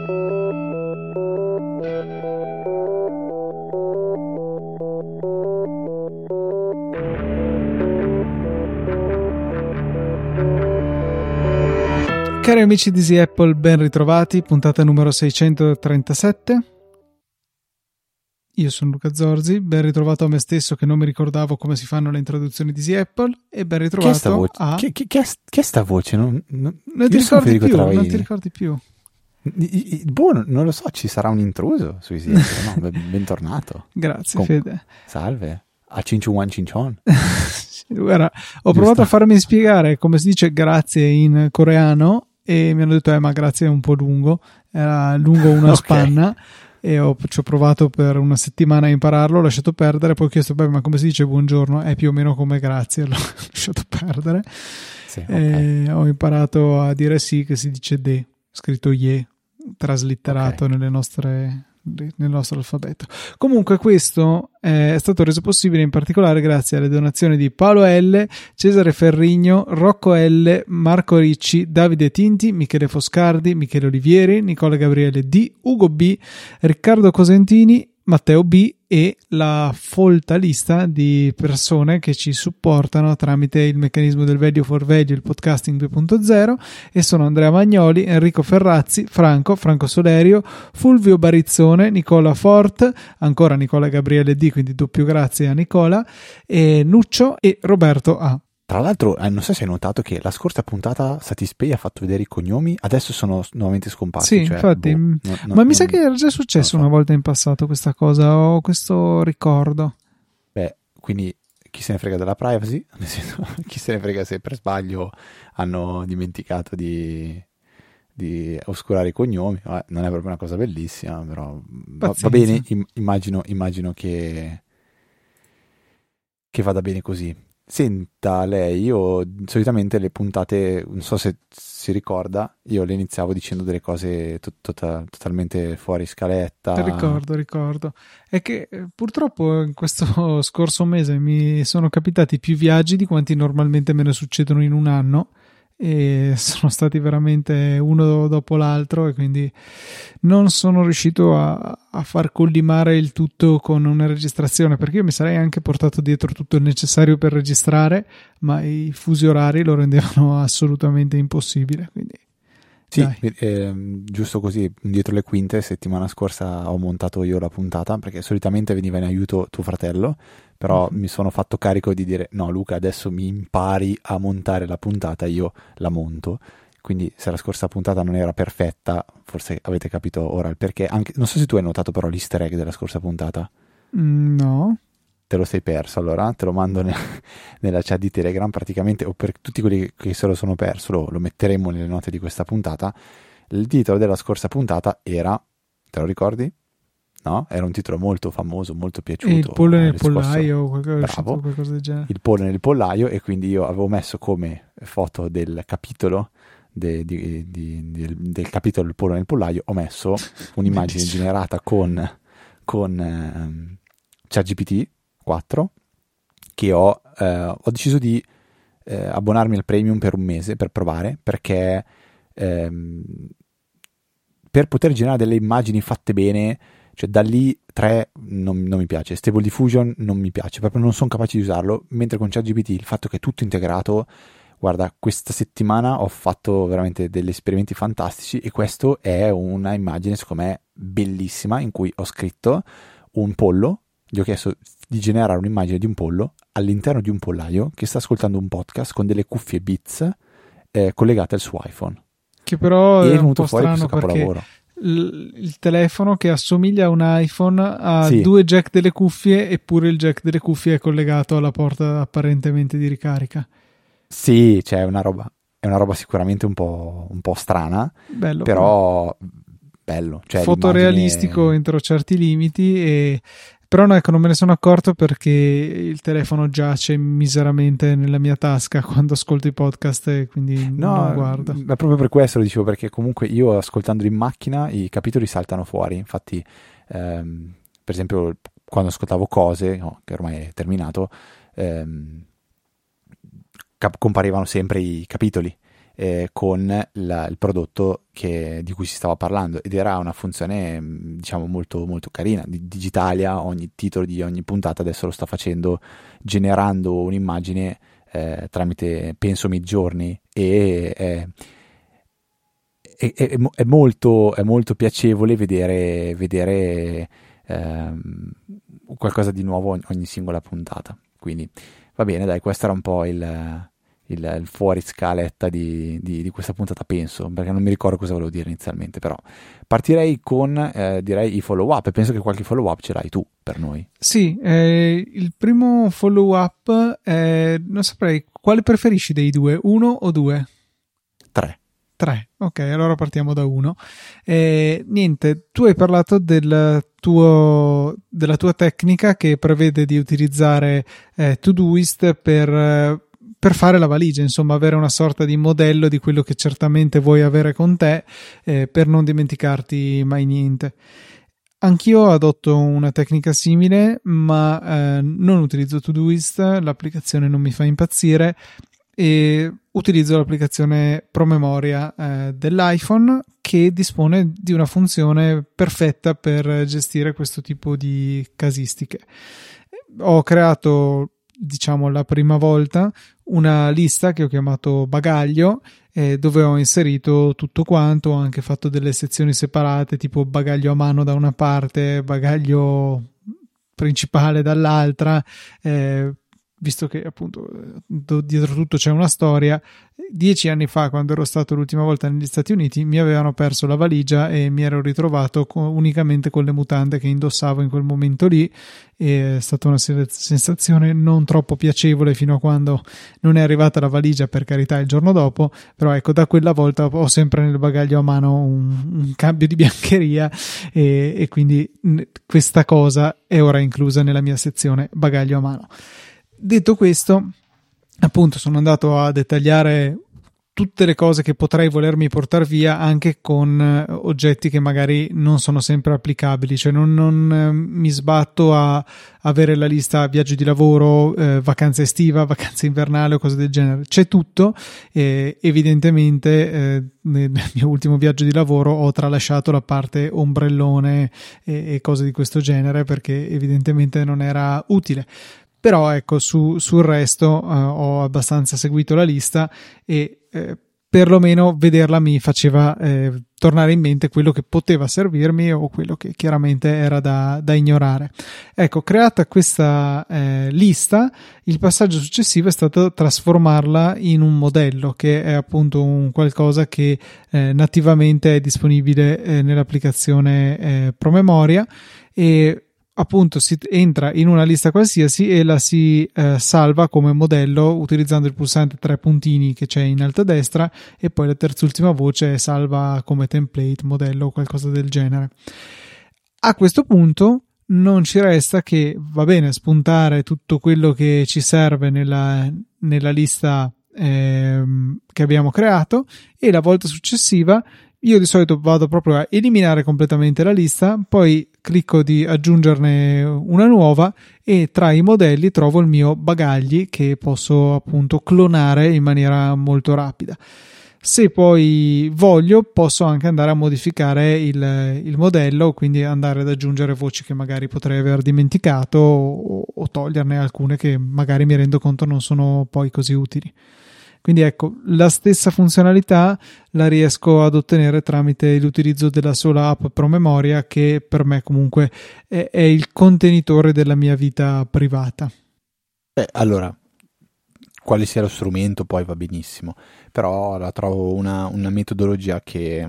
Cari amici di Easy Apple, ben ritrovati, puntata numero 637. Io sono Luca Zorzi, ben ritrovato a me stesso che non mi ricordavo come si fanno le introduzioni di Easy Apple, e ben ritrovato a... Che è sta voce? Non ti ricordi più, non ti ricordi più. Boh, non lo so, ci sarà un intruso su Easy Apple, no? Bentornato. Grazie, Fede. Salve. A Cinciuan Cincion. Guarda, ho provato a farmi spiegare come si dice grazie in coreano e mi hanno detto ma grazie è un po' lungo, era lungo una spanna, e ci ho provato per una settimana a impararlo, ho lasciato perdere, poi ho chiesto ma come si dice buongiorno? È più o meno come grazie, l'ho lasciato perdere. Sì, Ho imparato a dire sì che si dice de, scritto ye, traslitterato nel nostro alfabeto. Comunque questo è stato reso possibile in particolare grazie alle donazioni di Paolo L, Cesare Ferrigno, Rocco L, Marco Ricci, Davide Tinti, Michele Foscardi, Michele Olivieri, Nicola Gabriele D, Ugo B, Riccardo Cosentini, Matteo B e la folta lista di persone che ci supportano tramite il meccanismo del value for value, il podcasting 2.0, e sono Andrea Magnoli, Enrico Ferrazzi, Franco Solerio, Fulvio Barizzone, Nicola Fort, ancora Nicola Gabriele D, quindi doppio grazie a Nicola, e Nuccio e Roberto A. Tra l'altro, non so se hai notato che la scorsa puntata Satispay ha fatto vedere i cognomi, adesso sono nuovamente scomparsi. Sì, cioè, infatti, ma mi sa che era già successo una volta in passato questa cosa, ho questo ricordo. Beh, quindi chi se ne frega della privacy? Nel senso, chi se ne frega se per sbaglio hanno dimenticato di oscurare i cognomi. Non è proprio una cosa bellissima, però va bene, immagino che vada bene così. Senta, lei, io solitamente le puntate, non so se si ricorda, io le iniziavo dicendo delle cose totalmente fuori scaletta. Ricordo. È che purtroppo in questo scorso mese mi sono capitati più viaggi di quanti normalmente me ne succedono in un anno, e sono stati veramente uno dopo l'altro, e quindi non sono riuscito a far collimare il tutto con una registrazione, perché io mi sarei anche portato dietro tutto il necessario per registrare, ma i fusi orari lo rendevano assolutamente impossibile, quindi sì, giusto così, dietro le quinte, settimana scorsa ho montato io la puntata, perché solitamente veniva in aiuto tuo fratello, però mi sono fatto carico di dire no Luca, adesso mi impari a montare la puntata, io la monto. Quindi se la scorsa puntata non era perfetta, forse avete capito ora il perché. Anche, non so se tu hai notato però l'easter egg della scorsa puntata. No. Te lo sei perso, allora te lo mando nella chat di Telegram praticamente, o per tutti quelli che se lo sono perso lo metteremo nelle note di questa puntata. Il titolo della scorsa puntata era, te lo ricordi? No? Era un titolo molto famoso, molto piaciuto. Il pollo nel pollaio, bravo, qualcosa del genere. Il pollo nel pollaio, e quindi io avevo messo come foto del capitolo del capitolo Il pollo nel pollaio, ho messo un'immagine generata con ChatGPT 4, che ho deciso di abbonarmi al premium per un mese per provare, perché per poter generare delle immagini fatte bene, cioè da lì 3 non mi piace, Stable Diffusion non mi piace, proprio non sono capace di usarlo, mentre con ChatGPT il fatto che è tutto integrato, guarda, questa settimana ho fatto veramente degli esperimenti fantastici, e questo è una immagine secondo me bellissima, in cui ho scritto un pollo, gli ho chiesto di generare un'immagine di un pollo all'interno di un pollaio che sta ascoltando un podcast con delle cuffie Beats collegate al suo iPhone. Che però è un venuto po' fuori strano, questo capolavoro. Il telefono che assomiglia a un iPhone ha Sì. 2 jack delle cuffie, eppure il jack delle cuffie è collegato alla porta apparentemente di ricarica. Sì, cioè è una roba sicuramente un po' strana, Bello, però bello, cioè fotorealistico entro certi limiti, però no, ecco, non me ne sono accorto perché il telefono giace miseramente nella mia tasca quando ascolto i podcast, e quindi non guardo. Ma proprio per questo lo dicevo, perché comunque io ascoltandolo in macchina i capitoli saltano fuori, infatti per esempio quando ascoltavo Cose, no, che ormai è terminato, comparivano sempre i capitoli, con il prodotto di cui si stava parlando, ed era una funzione diciamo molto, molto carina. Digitalia, ogni titolo di ogni puntata adesso lo sta facendo generando un'immagine tramite, penso, Midjourney, e è molto piacevole vedere qualcosa di nuovo ogni singola puntata. Quindi va bene, dai, questo era un po' il fuori scaletta di questa puntata, penso, perché non mi ricordo cosa volevo dire inizialmente, però partirei con direi i follow up, e penso che qualche follow up ce l'hai tu per noi. Sì, il primo follow up non saprei quale preferisci dei due, uno o due? Tre, ok, allora partiamo da uno. Niente, tu hai parlato della tua tecnica che prevede di utilizzare Todoist per fare la valigia, insomma avere una sorta di modello di quello che certamente vuoi avere con te, per non dimenticarti mai niente. Anch'io adotto una tecnica simile, ma non utilizzo Todoist, l'applicazione non mi fa impazzire, e utilizzo l'applicazione Promemoria dell'iPhone, che dispone di una funzione perfetta per gestire questo tipo di casistiche. Ho creato, diciamo, la prima volta una lista che ho chiamato bagaglio, dove ho inserito tutto quanto. Ho anche fatto delle sezioni separate, tipo bagaglio a mano da una parte, bagaglio principale dall'altra, visto che appunto dietro tutto c'è una storia. 10 anni fa, quando ero stato l'ultima volta negli Stati Uniti, mi avevano perso la valigia e mi ero ritrovato unicamente con le mutande che indossavo in quel momento lì, e è stata una sensazione non troppo piacevole fino a quando non è arrivata la valigia, per carità, il giorno dopo. Però ecco, da quella volta ho sempre nel bagaglio a mano un cambio di biancheria, e quindi questa cosa è ora inclusa nella mia sezione bagaglio a mano. Detto questo, appunto, sono andato a dettagliare tutte le cose che potrei volermi portare via, anche con oggetti che magari non sono sempre applicabili. Cioè non mi sbatto a avere la lista viaggio di lavoro, vacanza estiva, vacanza invernale o cose del genere. C'è tutto. Evidentemente nel mio ultimo viaggio di lavoro ho tralasciato la parte ombrellone e cose di questo genere, perché evidentemente non era utile. Però ecco, sul resto ho abbastanza seguito la lista, e perlomeno vederla mi faceva tornare in mente quello che poteva servirmi o quello che chiaramente era da ignorare. Ecco, creata questa lista, il passaggio successivo è stato trasformarla in un modello, che è appunto un qualcosa che nativamente è disponibile nell'applicazione Promemoria, e appunto si entra in una lista qualsiasi e la si salva come modello utilizzando il pulsante 3 puntini che c'è in alto a destra, e poi la terzultima voce è salva come template, modello o qualcosa del genere. A questo punto non ci resta che, va bene, spuntare tutto quello che ci serve nella lista che abbiamo creato, e la volta successiva io di solito vado proprio a eliminare completamente la lista, poi clicco di aggiungerne una nuova, e tra i modelli trovo il mio bagagli, che posso appunto clonare in maniera molto rapida. Se poi voglio, posso anche andare a modificare il modello, quindi andare ad aggiungere voci che magari potrei aver dimenticato, o toglierne alcune che magari mi rendo conto non sono poi così utili. Quindi ecco, la stessa funzionalità la riesco ad ottenere tramite l'utilizzo della sola app Promemoria, che per me comunque è il contenitore della mia vita privata. Allora, quale sia lo strumento poi va benissimo, però la trovo una metodologia che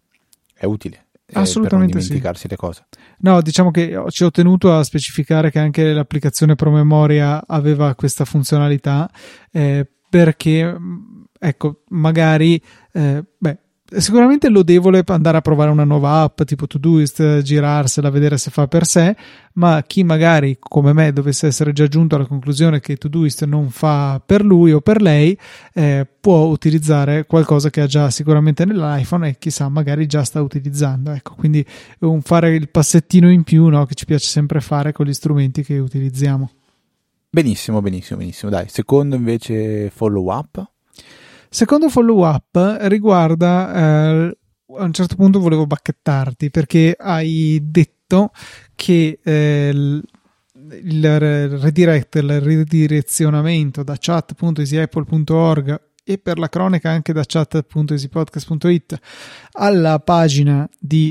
è utile. Assolutamente, per non dimenticarsi le cose. No, diciamo che ci ho tenuto a specificare che anche l'applicazione Promemoria aveva questa funzionalità, perché ecco, magari sicuramente è lodevole andare a provare una nuova app tipo Todoist, girarsela, vedere se fa per sé, ma chi magari come me dovesse essere già giunto alla conclusione che Todoist non fa per lui o per lei, può utilizzare qualcosa che ha già sicuramente nell'iPhone e chissà magari già sta utilizzando. Ecco, quindi fare il passettino in più, no, che ci piace sempre fare con gli strumenti che utilizziamo. Benissimo. Dai, secondo invece follow up. Secondo follow up riguarda, a un certo punto volevo bacchettarti perché hai detto che il redirect, il ridirezionamento da chat.easyapple.org e per la cronaca anche da chat.easypodcast.it alla pagina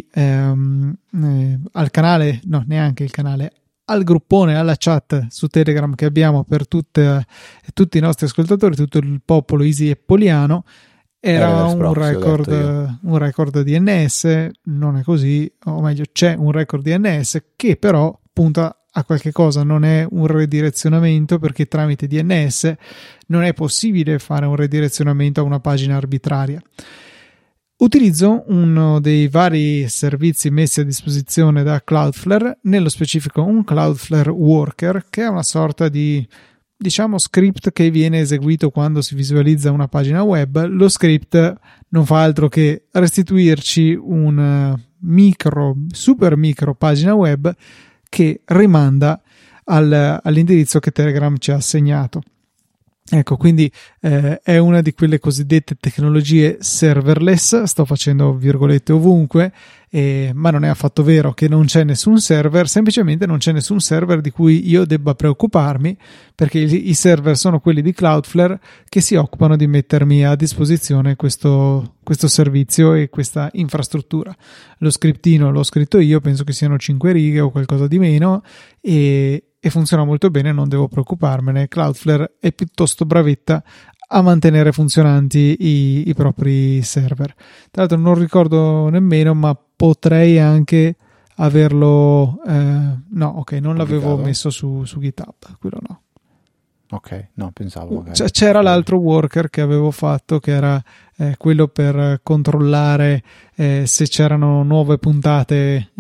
al canale, no, neanche il canale, al gruppone, alla chat su Telegram che abbiamo per tutti i nostri ascoltatori, tutto il popolo easy appoliano, era un record DNS. Non è così, o meglio c'è un record DNS che però punta a qualche cosa, non è un ridirezionamento, perché tramite DNS non è possibile fare un ridirezionamento a una pagina arbitraria. Utilizzo uno dei vari servizi messi a disposizione da Cloudflare, nello specifico un Cloudflare Worker, che è una sorta di, diciamo, script che viene eseguito quando si visualizza una pagina web. Lo script non fa altro che restituirci un super micro pagina web che rimanda all'indirizzo che Telegram ci ha assegnato. Ecco, quindi è una di quelle cosiddette tecnologie serverless. Sto facendo virgolette ovunque, ma non è affatto vero che non c'è nessun server, semplicemente non c'è nessun server di cui io debba preoccuparmi, perché i server sono quelli di Cloudflare che si occupano di mettermi a disposizione questo servizio e questa infrastruttura. Lo scriptino l'ho scritto io, penso che siano 5 righe o qualcosa di meno, e funziona molto bene, non devo preoccuparmene. Cloudflare è piuttosto bravetta a mantenere funzionanti i propri server. Tra l'altro non ricordo nemmeno, ma potrei anche averlo no, ok, non l'avevo messo su GitHub, quello no. Ok, no, pensavo magari. C'era l'altro worker che avevo fatto, che era quello per controllare se c'erano nuove puntate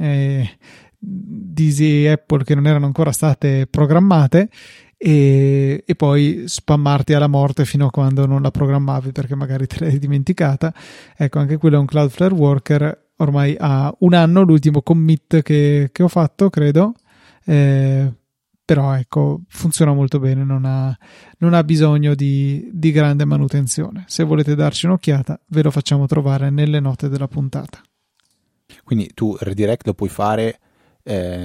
di Easy Apple che non erano ancora state programmate, e poi spammarti alla morte fino a quando non la programmavi perché magari te l'hai dimenticata. Ecco, anche quello è un Cloudflare Worker, ormai ha un anno l'ultimo commit che ho fatto, credo, però ecco, funziona molto bene, non ha bisogno di grande manutenzione. Se volete darci un'occhiata ve lo facciamo trovare nelle note della puntata. Quindi tu redirect lo puoi fare, cioè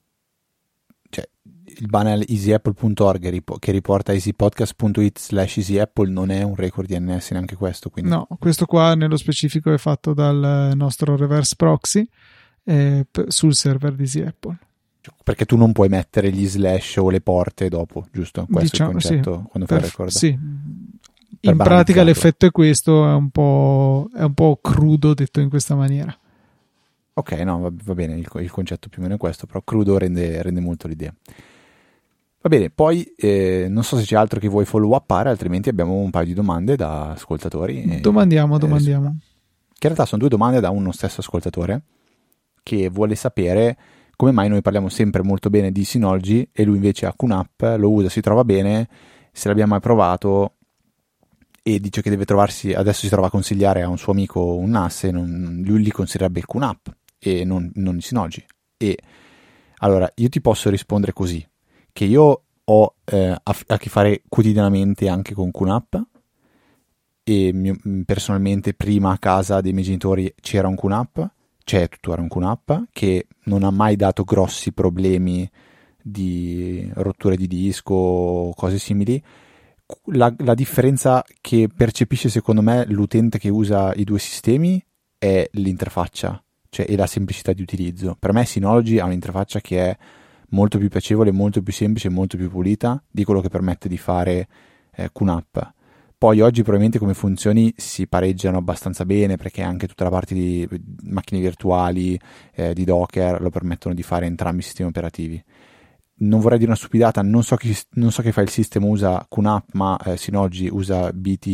il banner easyapple.org che riporta easypodcast.it/easyapple non è un record DNS neanche questo, quindi. No, questo qua nello specifico è fatto dal nostro reverse proxy sul server di Easy Apple. Perché tu non puoi mettere gli slash o le porte dopo, giusto? Questo è il concetto, sì, quando fai il record. Sì, in pratica l'effetto è questo, è un po' crudo detto in questa maniera. Ok, no, va bene, il concetto più o meno è questo, però crudo rende molto l'idea. Va bene, poi non so se c'è altro che vuoi follow upare, altrimenti abbiamo un paio di domande da ascoltatori. Domandiamo. Che in realtà sono 2 domande da uno stesso ascoltatore che vuole sapere come mai noi parliamo sempre molto bene di Synology e lui invece ha QNAP, lo usa, si trova bene, se l'abbiamo mai provato, e dice che deve trovarsi, adesso si trova a consigliare a un suo amico un NAS e lui gli consiglierebbe il QNAP e non il Synology. E allora io ti posso rispondere così, che io ho a che fare quotidianamente anche con QNAP, e personalmente prima a casa dei miei genitori c'era un QNAP, c'è tuttora un QNAP che non ha mai dato grossi problemi di rotture di disco o cose simili. La differenza che percepisce secondo me l'utente che usa i 2 sistemi è l'interfaccia, cioè, e la semplicità di utilizzo. Per me Synology ha un'interfaccia che è molto più piacevole, molto più semplice, molto più pulita di quello che permette di fare QNAP. Poi oggi probabilmente come funzioni si pareggiano abbastanza bene, perché anche tutta la parte di macchine virtuali, di Docker, lo permettono di fare entrambi i sistemi operativi. Non vorrei dire una stupidata, non so che file system usa QNAP, ma Synology usa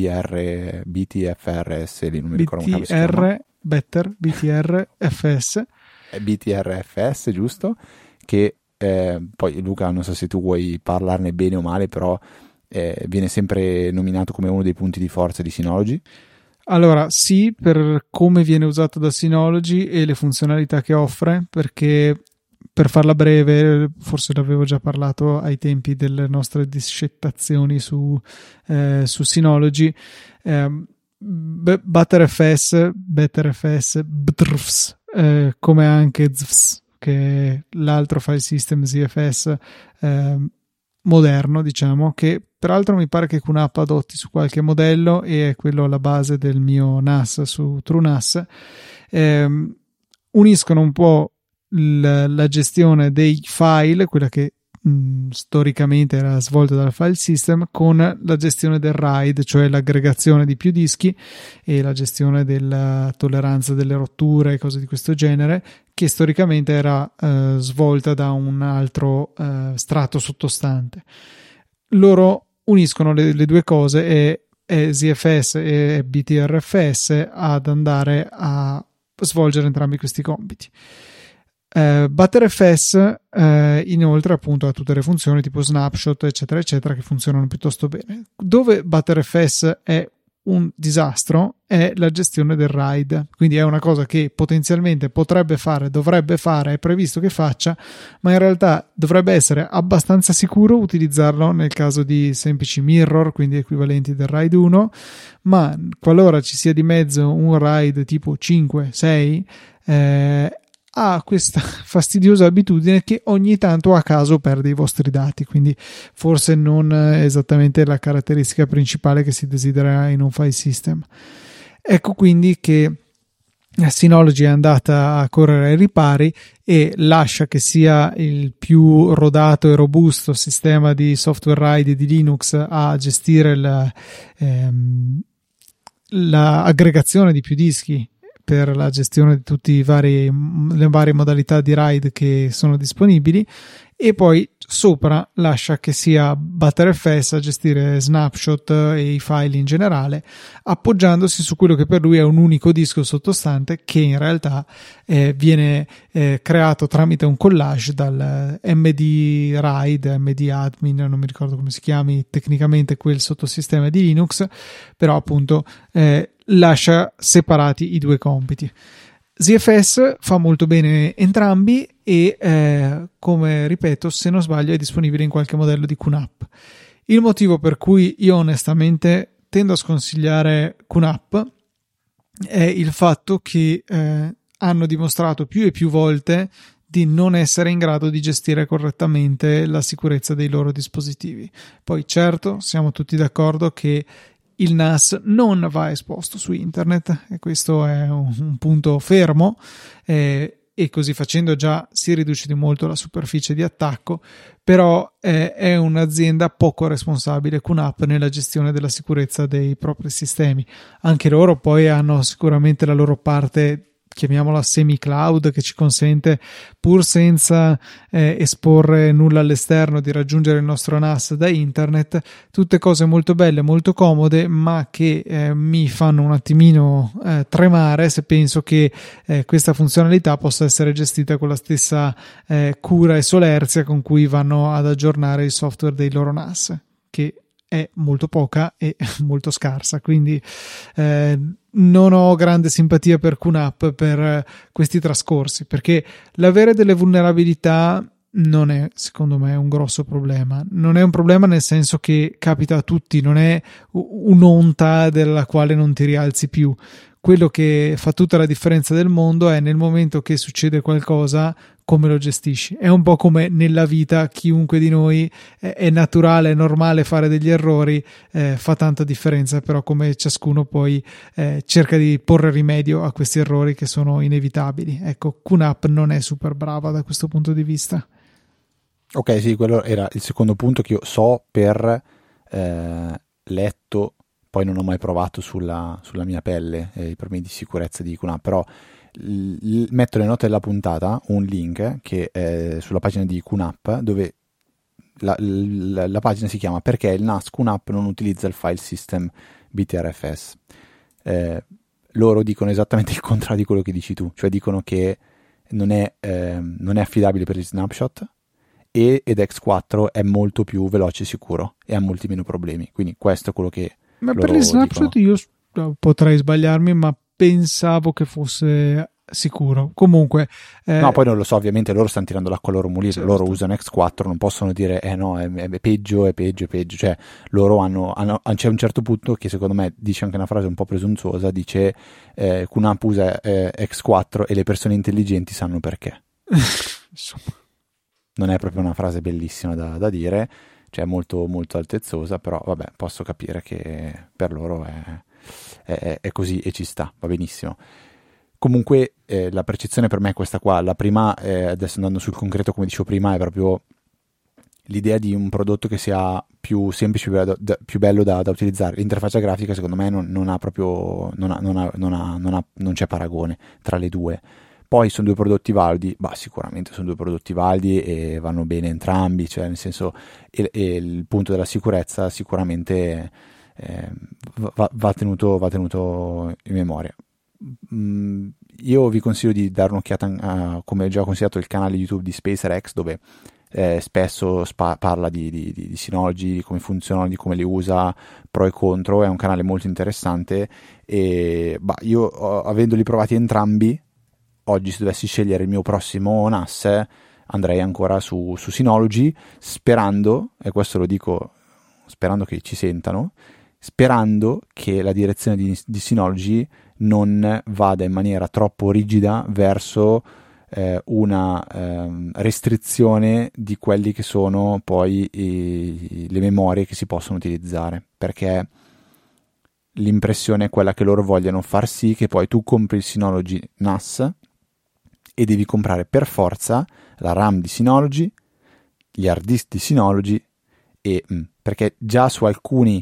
BTFRS, lì non mi ricordo come si chiama. BTRFS. BTRFS, giusto? Che poi Luca, non so se tu vuoi parlarne bene o male, però viene sempre nominato come uno dei punti di forza di Synology. Allora sì, per come viene usato da Synology e le funzionalità che offre, perché per farla breve, forse l'avevo già parlato ai tempi delle nostre discettazioni su Synology. ButterFS, BTRFS, come anche ZFS, che è l'altro file system ZFS moderno, diciamo, che peraltro mi pare che QNAP adotti su qualche modello, e è quello alla base del mio NAS su TrueNAS. Uniscono un po' la gestione dei file, quella che storicamente era svolta dal file system, con la gestione del RAID, cioè l'aggregazione di più dischi e la gestione della tolleranza delle rotture e cose di questo genere, che storicamente era svolta da un altro strato sottostante. Loro uniscono le due cose, e ZFS e BTRFS ad andare a svolgere entrambi questi compiti. ButterFS inoltre appunto ha tutte le funzioni tipo snapshot eccetera eccetera, che funzionano piuttosto bene. Dove ButterFS è un disastro è la gestione del RAID, quindi è una cosa che potenzialmente potrebbe fare, dovrebbe fare, è previsto che faccia, ma in realtà dovrebbe essere abbastanza sicuro utilizzarlo nel caso di semplici mirror, quindi equivalenti del RAID 1, ma qualora ci sia di mezzo un RAID tipo 5, 6, ha questa fastidiosa abitudine che ogni tanto a caso perde i vostri dati, quindi forse non esattamente la caratteristica principale che si desidera in un file system. Ecco quindi che Synology è andata a correre ai ripari e lascia che sia il più rodato e robusto sistema di software RAID di Linux a gestire l'aggregazione di più dischi per la gestione di tutte le varie modalità di RAID che sono disponibili, e poi sopra lascia che sia ButterFS a gestire snapshot e i file in generale, appoggiandosi su quello che per lui è un unico disco sottostante, che in realtà viene creato tramite un collage dal MD RAID, MD admin, non mi ricordo come si chiami tecnicamente quel sottosistema di Linux, però appunto lascia separati i due compiti. ZFS fa molto bene entrambi e come ripeto, se non sbaglio è disponibile in qualche modello di QNAP. Il motivo per cui io onestamente tendo a sconsigliare QNAP è il fatto che hanno dimostrato più e più volte di non essere in grado di gestire correttamente la sicurezza dei loro dispositivi. Poi certo, siamo tutti d'accordo che il NAS non va esposto su internet, e questo è un punto fermo, e così facendo già si riduce di molto la superficie di attacco, però è un'azienda poco responsabile QNAP nella gestione della sicurezza dei propri sistemi. Anche loro poi hanno sicuramente la loro parte, chiamiamola semi-cloud, che ci consente, pur senza esporre nulla all'esterno, di raggiungere il nostro NAS da internet. Tutte cose molto belle, molto comode, ma che mi fanno un attimino tremare se penso che questa funzionalità possa essere gestita con la stessa cura e solerzia con cui vanno ad aggiornare il software dei loro NAS, che è molto poca e molto scarsa. Quindi non ho grande simpatia per QNAP per questi trascorsi, perché l'avere delle vulnerabilità non è, secondo me, un grosso problema. Non è un problema nel senso che capita a tutti, non è un'onta della quale non ti rialzi più. Quello che fa tutta la differenza del mondo è nel momento che succede qualcosa, come lo gestisci. È un po' come nella vita, chiunque di noi è naturale, è normale fare degli errori, fa tanta differenza, però come ciascuno poi cerca di porre rimedio a questi errori che sono inevitabili. Ecco, QNAP non è super brava da questo punto di vista. Ok, sì, quello era il secondo punto che io so per letto, poi non ho mai provato sulla mia pelle i problemi di sicurezza di QNAP, però metto nelle note della puntata un link che è sulla pagina di QNAP, dove la pagina si chiama "Perché il NAS QNAP non utilizza il file system BTRFS". Loro dicono esattamente il contrario di quello che dici tu, cioè dicono che non è affidabile per gli snapshot, ed X4 è molto più veloce e sicuro e ha molti meno problemi. Quindi questo è quello che per gli snapshot dicono. Io potrei sbagliarmi, ma pensavo che fosse sicuro. Comunque no, poi non lo so, ovviamente loro stanno tirando l'acqua al loro mulino, certo. loro usano X4, non possono dire no, è peggio, cioè loro c'è un certo punto che secondo me dice anche una frase un po' presuntuosa, dice QNAP usa X4 e le persone intelligenti sanno perché. Non è proprio una frase bellissima da dire, cioè molto, molto altezzosa, però vabbè, posso capire che per loro è così e ci sta, va benissimo. Comunque la percezione per me è questa qua. La prima, adesso andando sul concreto come dicevo prima, è proprio l'idea di un prodotto che sia più semplice, più bello da utilizzare. L'interfaccia grafica secondo me non ha proprio, non c'è paragone tra le due. Poi sono due prodotti validi, sicuramente sono due prodotti validi e vanno bene entrambi, cioè nel senso, e il punto della sicurezza sicuramente va tenuto in memoria. Io vi consiglio di dare un'occhiata come già ho consigliato il canale YouTube di SpacerX, dove spesso parla di Synology, di come funzionano, di come li usa, pro e contro. È un canale molto interessante e io avendoli provati entrambi, oggi se dovessi scegliere il mio prossimo NAS andrei ancora su Synology, sperando, e questo lo dico sperando che ci sentano, sperando che la direzione di Synology non vada in maniera troppo rigida verso una restrizione di quelli che sono poi le memorie che si possono utilizzare, perché l'impressione è quella che loro vogliano far sì che poi tu compri il Synology NAS e devi comprare per forza la RAM di Synology, gli hard disk di Synology, perché già su alcune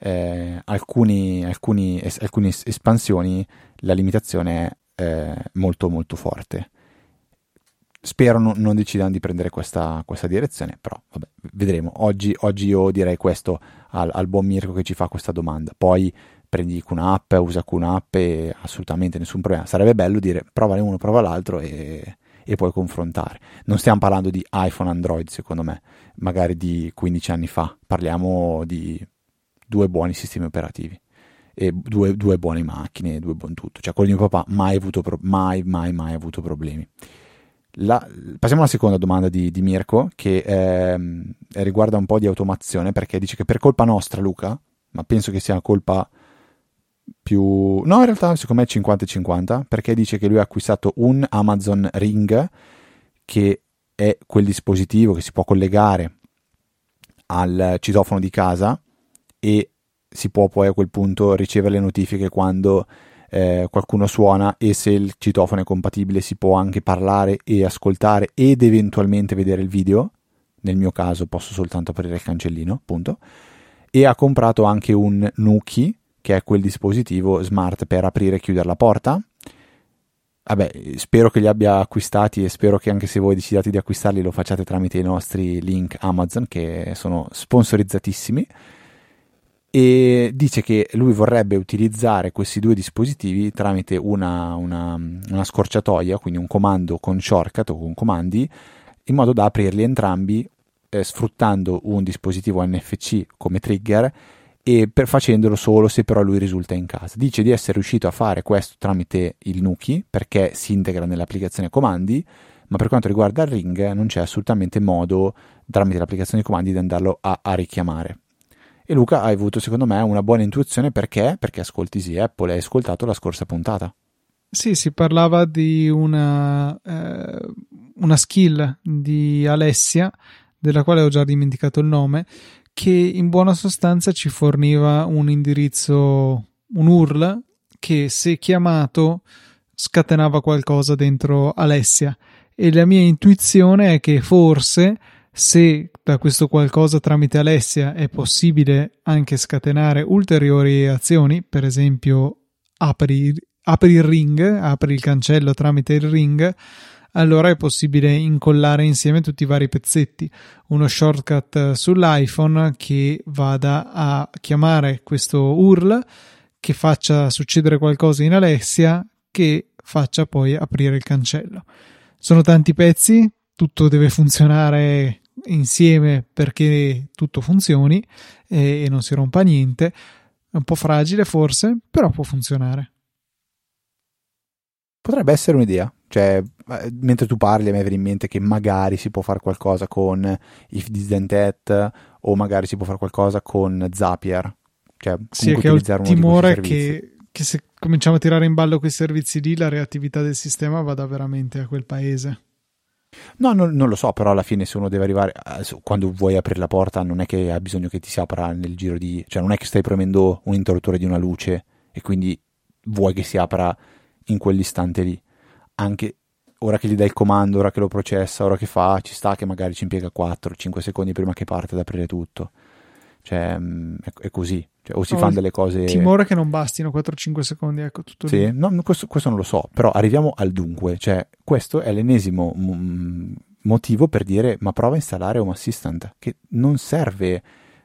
espansioni la limitazione è molto molto forte. Spero non decidano di prendere questa direzione, però vabbè, vedremo. Oggi io direi questo al buon Mirko che ci fa questa domanda. Poi prendi QNAP, usa QNAP e assolutamente nessun problema. Sarebbe bello dire prova uno, prova l'altro e poi confrontare. Non stiamo parlando di iPhone, Android, secondo me, magari di 15 anni fa. Parliamo di due buoni sistemi operativi e due buone macchine, due buon tutto. Cioè, quello di mio papà mai avuto problemi. Passiamo alla seconda domanda di Mirko, che riguarda un po' di automazione, perché dice che per colpa nostra, Luca, ma penso che sia colpa più... No, in realtà secondo me è 50-50, perché dice che lui ha acquistato un Amazon Ring, che è quel dispositivo che si può collegare al citofono di casa e si può poi a quel punto ricevere le notifiche quando qualcuno suona, e se il citofono è compatibile si può anche parlare e ascoltare ed eventualmente vedere il video. Nel mio caso posso soltanto aprire il cancellino, appunto. E ha comprato anche un Nuki, che è quel dispositivo smart per aprire e chiudere la porta. Vabbè, spero che li abbia acquistati e spero che anche se voi decidate di acquistarli lo facciate tramite i nostri link Amazon, che sono sponsorizzatissimi. E dice che lui vorrebbe utilizzare questi due dispositivi tramite una scorciatoia, quindi un comando con shortcut o con comandi, in modo da aprirli entrambi sfruttando un dispositivo NFC come trigger e facendolo solo se però lui risulta in casa. Dice di essere riuscito a fare questo tramite il Nuki perché si integra nell'applicazione comandi, ma per quanto riguarda il Ring non c'è assolutamente modo tramite l'applicazione comandi di andarlo a richiamare. E Luca, hai avuto secondo me una buona intuizione, perché ascolti Easy Apple, hai ascoltato la scorsa puntata. Sì, si parlava di una skill di Alessia, della quale ho già dimenticato il nome, che in buona sostanza ci forniva un indirizzo, un URL, che se chiamato scatenava qualcosa dentro Alessia. E la mia intuizione è che forse, se da questo qualcosa tramite Alessia è possibile anche scatenare ulteriori azioni, per esempio apri il Ring, apri il cancello tramite il Ring, allora è possibile incollare insieme tutti i vari pezzetti. Uno shortcut sull'iPhone che vada a chiamare questo URL, che faccia succedere qualcosa in Alessia, che faccia poi aprire il cancello. Sono tanti pezzi, tutto deve funzionare insieme perché tutto funzioni e non si rompa niente. È un po' fragile forse, però può funzionare. Potrebbe essere un'idea, cioè mentre tu parli a me viene in mente che magari si può fare qualcosa con If This Then That, o magari si può fare qualcosa con Zapier, cioè Sì, è comunque che ho il utilizzare uno di questi timore servizi. che se cominciamo a tirare in ballo quei servizi lì, la reattività del sistema vada veramente a quel paese. No, non lo so, però alla fine se uno deve arrivare, quando vuoi aprire la porta non è che ha bisogno che ti si apra nel giro di, cioè non è che stai premendo un interruttore di una luce e quindi vuoi che si apra in quell'istante lì. Anche ora che gli dai il comando, ora che lo processa, ora che fa, ci sta che magari ci impiega 4-5 secondi prima che parte ad aprire tutto. Cioè, è così. Cioè, o si Ho fanno il delle cose... timore che non bastino 4-5 secondi, ecco, tutto lì. Sì, no, questo non lo so, però arriviamo al dunque, cioè questo è l'ennesimo motivo per dire ma prova a installare Home Assistant, che non serve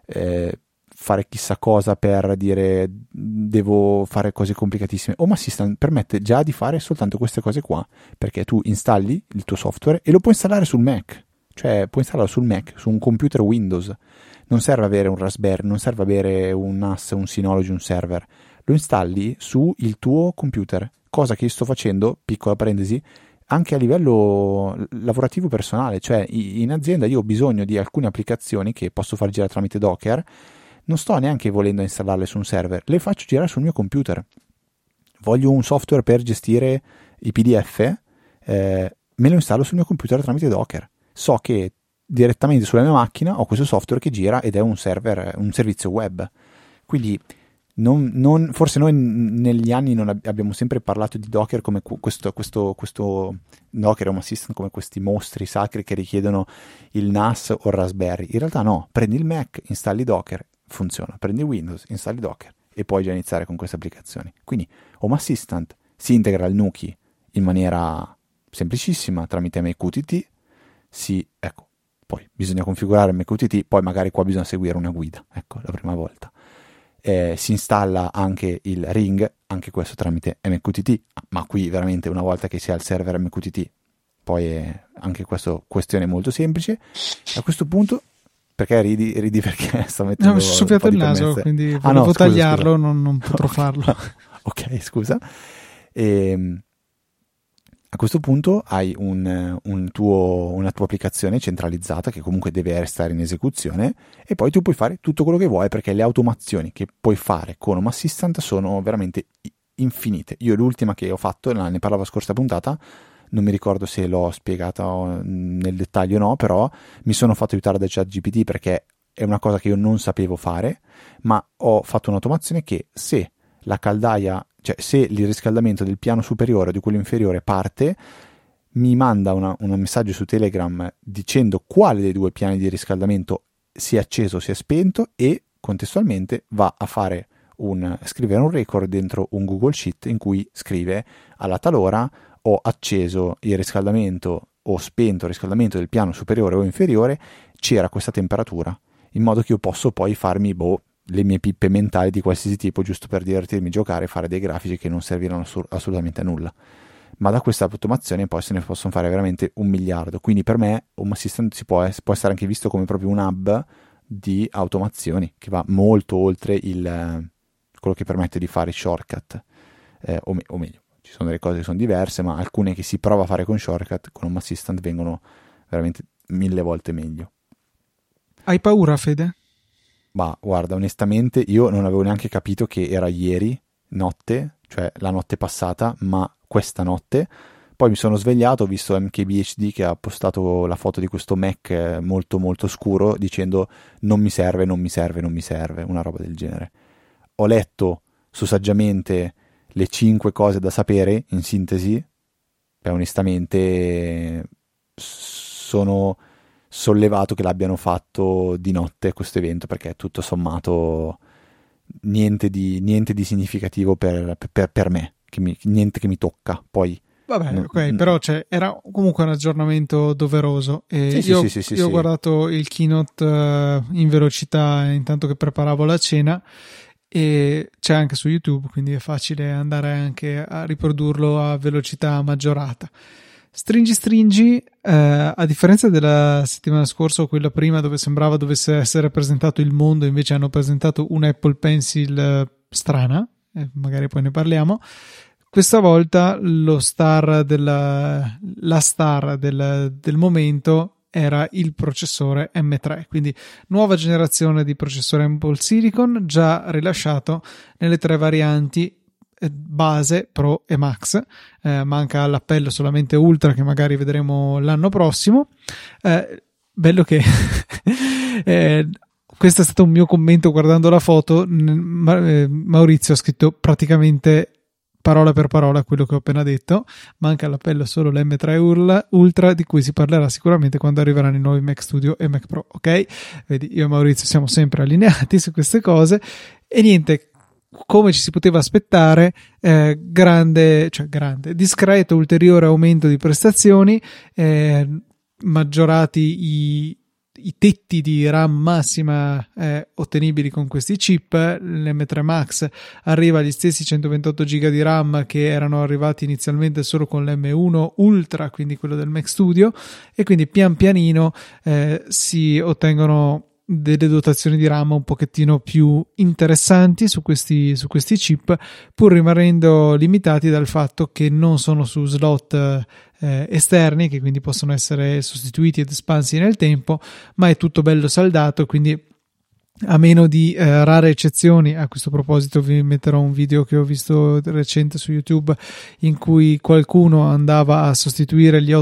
fare chissà cosa per dire devo fare cose complicatissime. Home Assistant permette già di fare soltanto queste cose qua, perché tu installi il tuo software e lo puoi installare sul Mac, cioè puoi installarlo sul Mac, su un computer Windows. Non serve avere un Raspberry, non serve avere un NAS, un Synology, un server. Lo installi su il tuo computer, cosa che io sto facendo, piccola parentesi, anche a livello lavorativo personale, cioè in azienda io ho bisogno di alcune applicazioni che posso far girare tramite Docker, non sto neanche volendo installarle su un server, le faccio girare sul mio computer. Voglio un software per gestire i PDF, me lo installo sul mio computer tramite Docker. So che direttamente sulla mia macchina ho questo software che gira ed è un server, un servizio web. Quindi forse noi negli anni non abbiamo sempre parlato di Docker come questo Docker Home Assistant come questi mostri sacri che richiedono il NAS o il Raspberry. In realtà no, prendi il Mac, installi Docker, funziona. Prendi Windows, installi Docker e puoi già iniziare con queste applicazioni. Quindi Home Assistant si integra al Nuki in maniera semplicissima tramite MQTT. Ecco, poi bisogna configurare MQTT, poi magari qua bisogna seguire una guida, ecco, la prima volta. Si installa anche il Ring, anche questo tramite MQTT, ma qui veramente una volta che si ha il server MQTT, poi è anche questa questione molto semplice. A questo punto, perché ridi perché sto mettendo... No, mi sono soffiato il naso, quindi volevo tagliarlo, scusa. Non potrò farlo. Ok, scusa. A questo punto hai una tua applicazione centralizzata che comunque deve restare in esecuzione e poi tu puoi fare tutto quello che vuoi perché le automazioni che puoi fare con Home Assistant sono veramente infinite. Io l'ultima che ho fatto, ne parlavo la scorsa puntata, non mi ricordo se l'ho spiegata nel dettaglio o no, però mi sono fatto aiutare da ChatGPT perché è una cosa che io non sapevo fare, ma ho fatto un'automazione che se la caldaia, cioè se il riscaldamento del piano superiore o di quello inferiore parte, mi manda un messaggio su Telegram dicendo quale dei due piani di riscaldamento si è acceso o si è spento e contestualmente va a scrivere un record dentro un Google Sheet in cui scrive alla talora ho acceso il riscaldamento o spento il riscaldamento del piano superiore o inferiore, c'era questa temperatura, in modo che io posso poi farmi le mie pippe mentali di qualsiasi tipo, giusto per divertirmi, giocare e fare dei grafici che non serviranno assolutamente a nulla. Ma da questa automazione poi se ne possono fare veramente 1 miliardo. Quindi per me Home Assistant può essere anche visto come proprio un hub di automazioni che va molto oltre quello che permette di fare i shortcut, o meglio, ci sono delle cose che sono diverse, ma alcune che si prova a fare con shortcut con Home Assistant vengono veramente 1000 volte meglio. Hai paura, Fede? Ma guarda, onestamente io non avevo neanche capito che era ieri notte, cioè la notte passata, ma questa notte. Poi mi sono svegliato, ho visto MKBHD che ha postato la foto di questo Mac molto molto scuro dicendo non mi serve, una roba del genere. Ho letto su Saggiamente le 5 cose da sapere, in sintesi, e onestamente sono sollevato che l'abbiano fatto di notte questo evento perché tutto sommato niente di significativo per me, niente che mi tocca. Poi vabbè, ok, però era comunque un aggiornamento doveroso e io ho guardato il keynote in velocità intanto che preparavo la cena e c'è anche su YouTube, quindi è facile andare anche a riprodurlo a velocità maggiorata. Stringi, a differenza della settimana scorsa o quella prima dove sembrava dovesse essere presentato il mondo, invece hanno presentato un Apple Pencil strana, magari poi ne parliamo. questa volta la star del momento era il processore M3, quindi nuova generazione di processore Apple Silicon, già rilasciato nelle 3 varianti base, Pro e Max. Manca all'appello solamente Ultra, che magari vedremo l'anno prossimo. Bello che questo è stato un mio commento guardando la foto. Maurizio ha scritto praticamente parola per parola quello che ho appena detto. Manca all'appello solo l'M3 Ultra, di cui si parlerà sicuramente quando arriveranno i nuovi Mac Studio e Mac Pro. Ok, vedi, io e Maurizio siamo sempre allineati su queste cose. E niente, come ci si poteva aspettare, discreto ulteriore aumento di prestazioni, maggiorati i tetti di RAM massima ottenibili con questi chip. L'M3 Max arriva agli stessi 128 GB di RAM che erano arrivati inizialmente solo con l'M1 Ultra, quindi quello del Mac Studio, e quindi pian pianino si ottengono delle dotazioni di RAM un pochettino più interessanti su questi chip, pur rimanendo limitati dal fatto che non sono su slot esterni, che quindi possono essere sostituiti ed espansi nel tempo, ma è tutto bello saldato, quindi a meno di rare eccezioni. A questo proposito vi metterò un video che ho visto recente su YouTube in cui qualcuno andava a sostituire i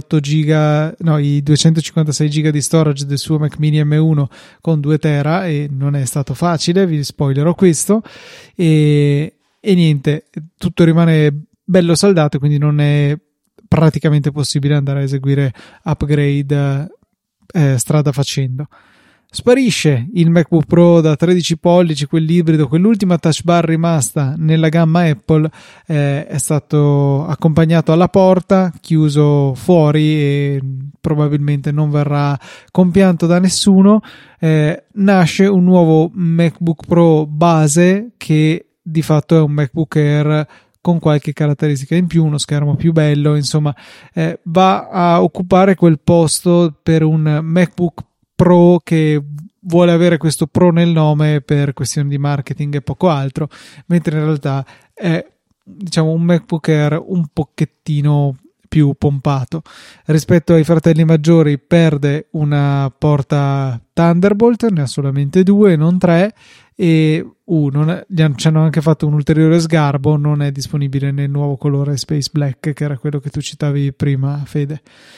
256 giga di storage del suo Mac Mini M1 con 2 tera, e non è stato facile, vi spoilerò questo, e niente, tutto rimane bello saldato, quindi non è praticamente possibile andare a eseguire upgrade strada facendo. Sparisce il MacBook Pro da 13 pollici, quell'ibrido, quell'ultima touch bar rimasta nella gamma Apple, è stato accompagnato alla porta, chiuso fuori e probabilmente non verrà compianto da nessuno. Nasce un nuovo MacBook Pro base che di fatto è un MacBook Air con qualche caratteristica in più, uno schermo più bello, insomma va a occupare quel posto per un MacBook Pro che vuole avere questo Pro nel nome per questioni di marketing e poco altro, mentre in realtà è, diciamo, un MacBook Air un pochettino più pompato. Rispetto ai fratelli maggiori perde una porta Thunderbolt, ne ha solamente 2, non 3, e ci hanno anche fatto un ulteriore sgarbo, non è disponibile nel nuovo colore Space Black, che era quello che tu citavi prima, Fede.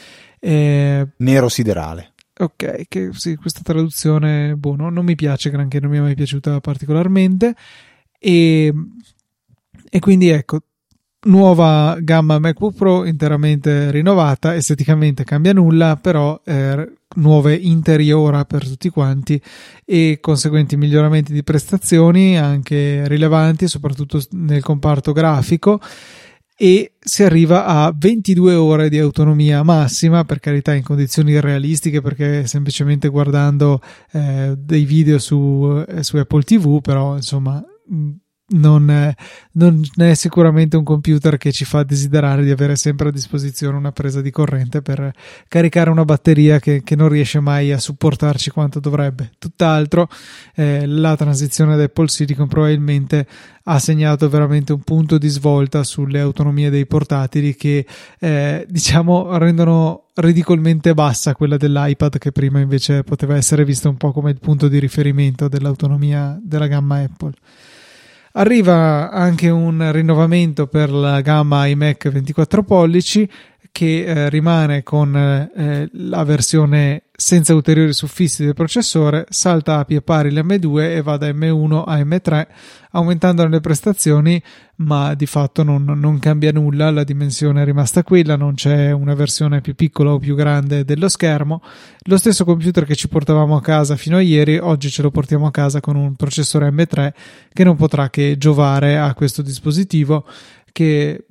Nero siderale. Ok, che sì, questa traduzione non mi piace granché, non mi è mai piaciuta particolarmente, e quindi ecco, nuova gamma MacBook Pro interamente rinnovata, esteticamente cambia nulla, però nuove interiora per tutti quanti e conseguenti miglioramenti di prestazioni anche rilevanti, soprattutto nel comparto grafico, e si arriva a 22 ore di autonomia massima, per carità in condizioni realistiche, perché semplicemente guardando dei video su Apple TV, però insomma non è sicuramente un computer che ci fa desiderare di avere sempre a disposizione una presa di corrente per caricare una batteria che non riesce mai a supportarci quanto dovrebbe. Tutt'altro, la transizione ad Apple Silicon probabilmente ha segnato veramente un punto di svolta sulle autonomie dei portatili che diciamo rendono ridicolmente bassa quella dell'iPad, che prima invece poteva essere vista un po' come il punto di riferimento dell'autonomia della gamma Apple. Arriva anche un rinnovamento per la gamma iMac 24 pollici che rimane con la versione senza ulteriori suffissi del processore, salta a pie pari l'M2 e va da M1 a M3 aumentando le prestazioni, ma di fatto non cambia nulla, la dimensione è rimasta quella, non c'è una versione più piccola o più grande dello schermo. Lo stesso computer che ci portavamo a casa fino a ieri, oggi ce lo portiamo a casa con un processore M3 che non potrà che giovare a questo dispositivo, che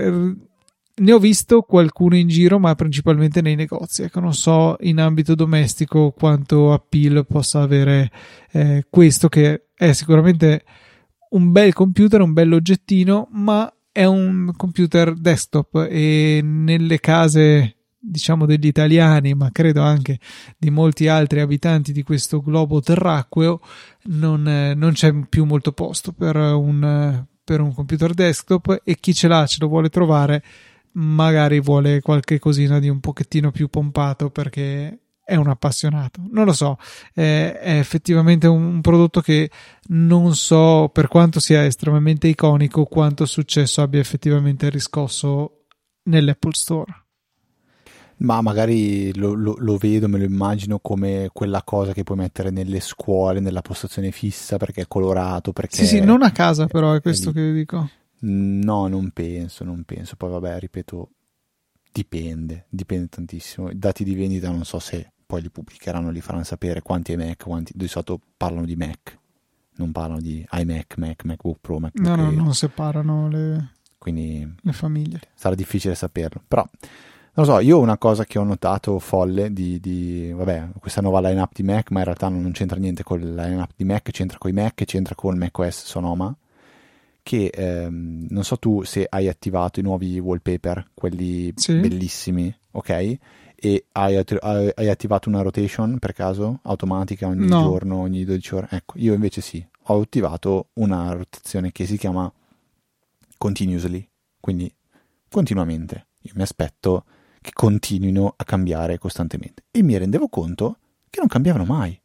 ne ho visto qualcuno in giro, ma principalmente nei negozi. Ecco, non so in ambito domestico quanto appeal possa avere questo, che è sicuramente un bel computer, un bel oggettino, ma è un computer desktop, e nelle case, diciamo, degli italiani, ma credo anche di molti altri abitanti di questo globo terracqueo, non c'è più molto posto per un per un computer desktop, e chi ce l'ha, ce lo vuole trovare, magari vuole qualche cosina di un pochettino più pompato perché è un appassionato. Non lo so, è effettivamente un prodotto che non so, per quanto sia estremamente iconico, quanto successo abbia effettivamente riscosso nell'Apple Store. Ma magari lo vedo, me lo immagino come quella cosa che puoi mettere nelle scuole, nella postazione fissa, perché è colorato, perché... Sì, non a casa, però è questo che dico. No, non penso. Poi vabbè, ripeto, dipende tantissimo. I dati di vendita non so se poi li pubblicheranno, li faranno sapere quanti iMac, di solito parlano di Mac, non parlano di iMac, MacBook Pro, MacBook No, Air. non separano Quindi le famiglie. Sarà difficile saperlo, però... Non lo so, io una cosa che ho notato folle vabbè, questa nuova lineup di Mac, ma in realtà non c'entra niente con la lineup di Mac, c'entra con i Mac, c'entra con macOS Sonoma, che non so tu se hai attivato i nuovi wallpaper, quelli bellissimi, ok? E hai attivato una rotation per caso, automatica ogni giorno, ogni 12 ore? Ecco, io invece sì, ho attivato una rotazione che si chiama continuously, quindi continuamente. Io mi aspetto che continuino a cambiare costantemente, e mi rendevo conto che non cambiavano mai.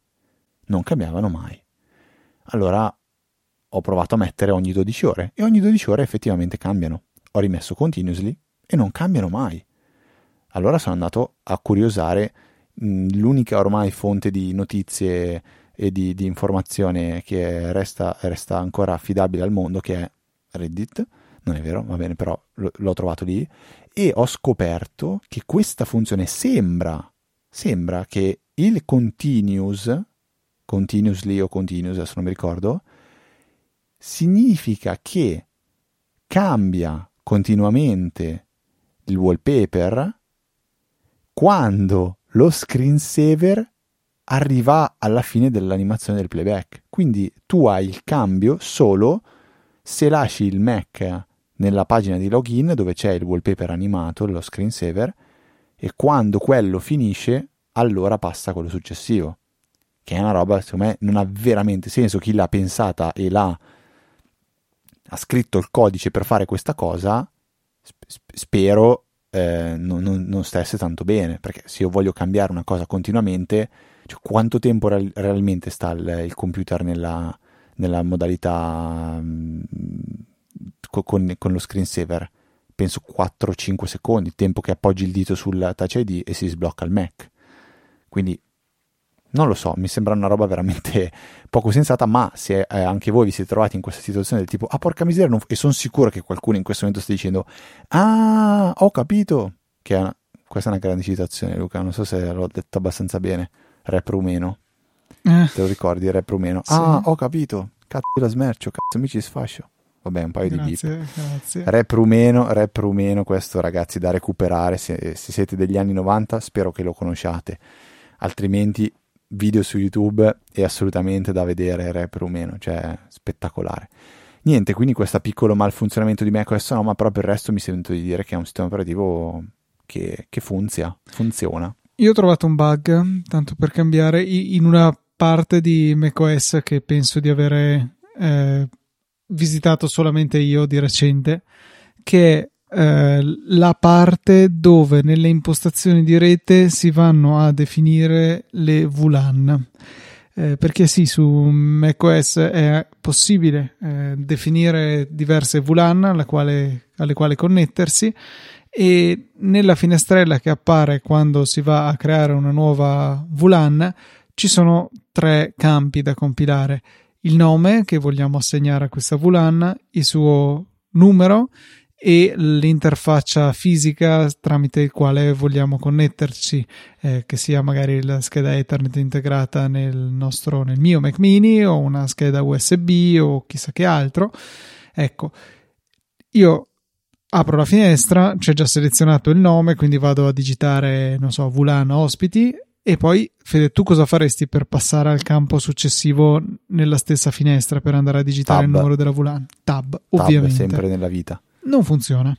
Allora ho provato a mettere ogni 12 ore, e ogni 12 ore effettivamente cambiano. Ho rimesso continuously e non cambiano mai. Allora sono andato a curiosare l'unica ormai fonte di notizie e di informazione che resta ancora affidabile al mondo, che è Reddit. Non è vero, va bene, però l'ho trovato lì, e ho scoperto che questa funzione sembra che il continuously o continuous, adesso non mi ricordo, significa che cambia continuamente il wallpaper quando lo screensaver arriva alla fine dell'animazione del playback. Quindi tu hai il cambio solo se lasci il Mac nella pagina di login dove c'è il wallpaper animato, lo screensaver, e quando quello finisce allora passa a quello successivo, che è una roba secondo me non ha veramente senso. Chi l'ha pensata e ha scritto il codice per fare questa cosa, spero non stesse tanto bene, perché se io voglio cambiare una cosa continuamente, cioè, quanto tempo realmente sta il computer nella modalità con lo screensaver? Penso 4-5 secondi, tempo che appoggi il dito sul Touch ID e si sblocca il Mac. Quindi non lo so, mi sembra una roba veramente poco sensata, ma se anche voi vi siete trovati in questa situazione del tipo porca miseria, e sono sicuro che qualcuno in questo momento stia dicendo ho capito, questa è una grande citazione, Luca, non so se l'ho detto abbastanza bene, Rap rumeno, te lo ricordi, Rap rumeno? Sì. Ho capito, cazzo la smercio, cazzo mi ci sfascio. Vabbè, un paio di beep. Grazie. Rap rumeno, questo ragazzi da recuperare, se siete degli anni 90 spero che lo conosciate, altrimenti video su YouTube è assolutamente da vedere. Rap rumeno, cioè spettacolare. Niente, quindi questo piccolo malfunzionamento di macOS no, ma però per il resto mi sento di dire che è un sistema operativo che funziona. Io ho trovato un bug, tanto per cambiare, in una parte di macOS che penso di avere visitato solamente io di recente, che è la parte dove nelle impostazioni di rete si vanno a definire le VLAN, perché sì, su macOS è possibile definire diverse VLAN alle quali connettersi, e nella finestrella che appare quando si va a creare una nuova VLAN ci sono 3 campi da compilare: il nome che vogliamo assegnare a questa VLAN, il suo numero e l'interfaccia fisica tramite il quale vogliamo connetterci, che sia magari la scheda Ethernet integrata nel mio Mac mini, o una scheda USB o chissà che altro. Ecco, io apro la finestra, c'è già selezionato il nome, quindi vado a digitare, non so, VLAN ospiti, e poi Fede, tu cosa faresti per passare al campo successivo nella stessa finestra per andare a digitare il numero della VLAN? Tab, ovviamente. Sempre nella vita. Non funziona,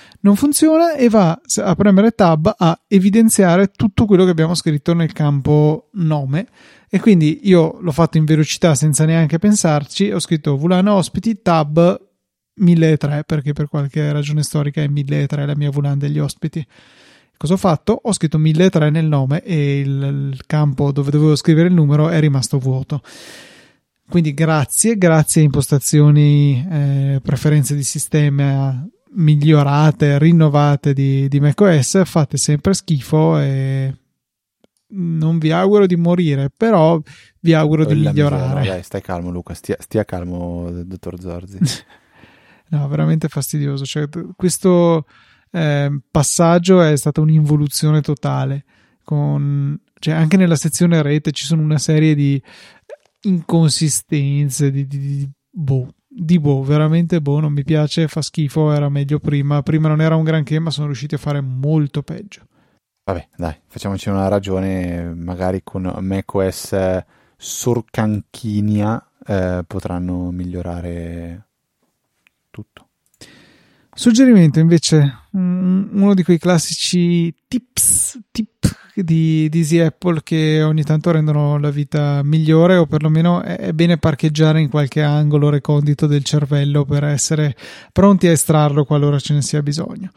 e va a premere Tab a evidenziare tutto quello che abbiamo scritto nel campo nome, e quindi io l'ho fatto in velocità senza neanche pensarci, ho scritto VLAN ospiti Tab 1.300 perché per qualche ragione storica è 1.300 la mia VLAN degli ospiti. Cosa ho fatto? Ho scritto 1.300 nel nome e il campo dove dovevo scrivere il numero è rimasto vuoto. Quindi grazie a impostazioni, preferenze di sistema migliorate, rinnovate di macOS, fate sempre schifo e non vi auguro di morire, però vi auguro di migliorare. Miseria, dai, stai calmo Luca, stia calmo, dottor Zorzi. No, veramente fastidioso. Cioè, questo passaggio è stata un'involuzione totale. Cioè, anche nella sezione rete ci sono una serie di inconsistenze, veramente non mi piace, fa schifo, era meglio prima non era un granché, ma sono riusciti a fare molto peggio. Vabbè, dai, facciamoci una ragione, magari con macOS Sorcanchinia potranno migliorare tutto. Suggerimento invece, uno di quei classici tip di Easy Apple che ogni tanto rendono la vita migliore, o perlomeno è bene parcheggiare in qualche angolo recondito del cervello per essere pronti a estrarlo qualora ce ne sia bisogno.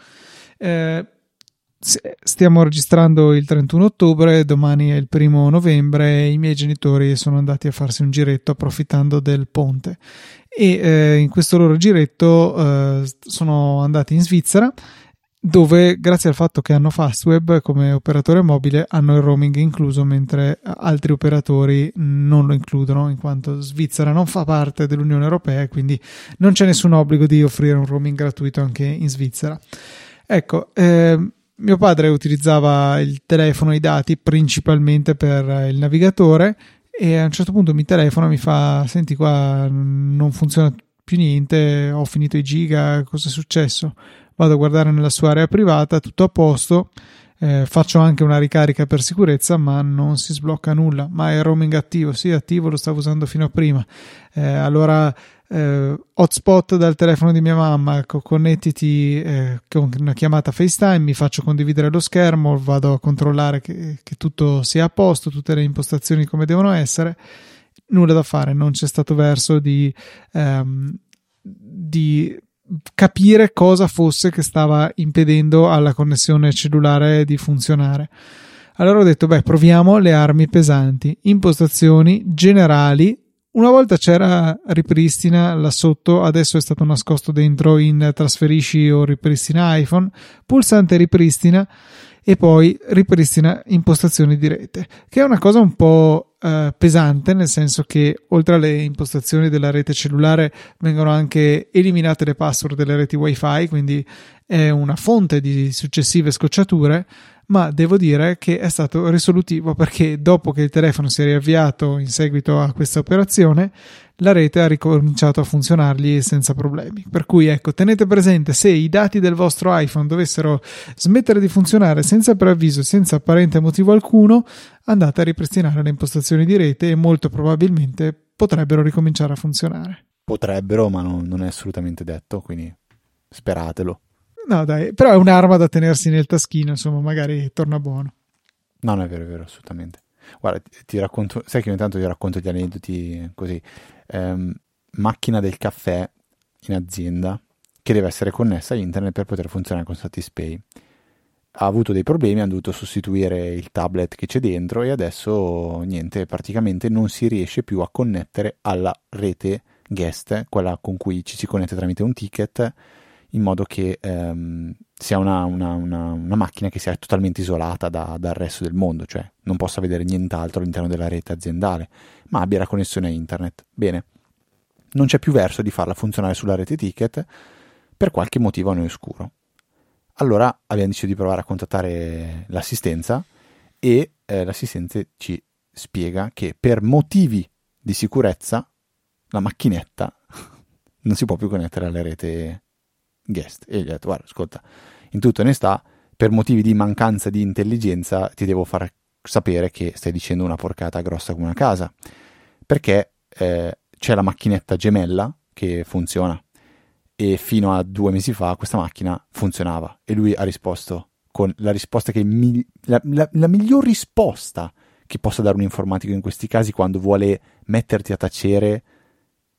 Stiamo registrando il 31 ottobre, domani è il 1 novembre, i miei genitori sono andati a farsi un giretto approfittando del ponte e in questo loro giretto sono andati in Svizzera, dove grazie al fatto che hanno Fastweb come operatore mobile hanno il roaming incluso, mentre altri operatori non lo includono, in quanto Svizzera non fa parte dell'Unione Europea e quindi non c'è nessun obbligo di offrire un roaming gratuito anche in Svizzera. Ecco, mio padre utilizzava il telefono e i dati principalmente per il navigatore e a un certo punto mi telefona e mi fa: senti, qua non funziona più niente, ho finito i giga, cosa è successo? Vado a guardare nella sua area privata, tutto a posto, faccio anche una ricarica per sicurezza, ma non si sblocca nulla. Ma è roaming attivo? Sì, attivo, lo stavo usando fino a prima. Allora hotspot dal telefono di mia mamma, connettiti con una chiamata FaceTime, mi faccio condividere lo schermo, vado a controllare che tutto sia a posto, tutte le impostazioni come devono essere. Nulla da fare, non c'è stato verso di capire cosa fosse che stava impedendo alla connessione cellulare di funzionare. Allora ho detto, proviamo le armi pesanti, impostazioni generali. Una volta c'era ripristina là sotto, adesso è stato nascosto dentro in trasferisci o ripristina iPhone, pulsante ripristina e poi ripristina impostazioni di rete, che è una cosa un po' pesante, nel senso che oltre alle impostazioni della rete cellulare vengono anche eliminate le password delle reti wifi, quindi è una fonte di successive scocciature. Ma devo dire che è stato risolutivo, perché dopo che il telefono si è riavviato in seguito a questa operazione, la rete ha ricominciato a funzionargli senza problemi. Per cui ecco, tenete presente, se i dati del vostro iPhone dovessero smettere di funzionare senza preavviso, senza apparente motivo alcuno, andate a ripristinare le impostazioni di rete e molto probabilmente potrebbero ricominciare a funzionare. Potrebbero, ma non è assolutamente detto, quindi speratelo. No dai, però è un'arma da tenersi nel taschino, insomma, magari torna buono. No, non è vero, assolutamente. Guarda, ti racconto, sai che ogni tanto ti racconto gli aneddoti così. Macchina del caffè in azienda che deve essere connessa a internet per poter funzionare con Satispay. Ha avuto dei problemi, hanno dovuto sostituire il tablet che c'è dentro e adesso niente, praticamente non si riesce più a connettere alla rete guest, quella con cui ci si connette tramite un ticket, in modo che sia una macchina che sia totalmente isolata dal resto del mondo, cioè non possa vedere nient'altro all'interno della rete aziendale, ma abbia la connessione a internet. Bene, non c'è più verso di farla funzionare sulla rete ticket per qualche motivo a noi oscuro. Allora abbiamo deciso di provare a contattare l'assistenza e l'assistenza ci spiega che per motivi di sicurezza la macchinetta non si può più connettere alla rete guest. E gli ho detto: guarda, ascolta, in tutta onestà, per motivi di mancanza di intelligenza ti devo far sapere che stai dicendo una porcata grossa come una casa, perché c'è la macchinetta gemella che funziona e fino a 2 mesi fa questa macchina funzionava. E lui ha risposto con la risposta che la miglior risposta che possa dare un informatico in questi casi, quando vuole metterti a tacere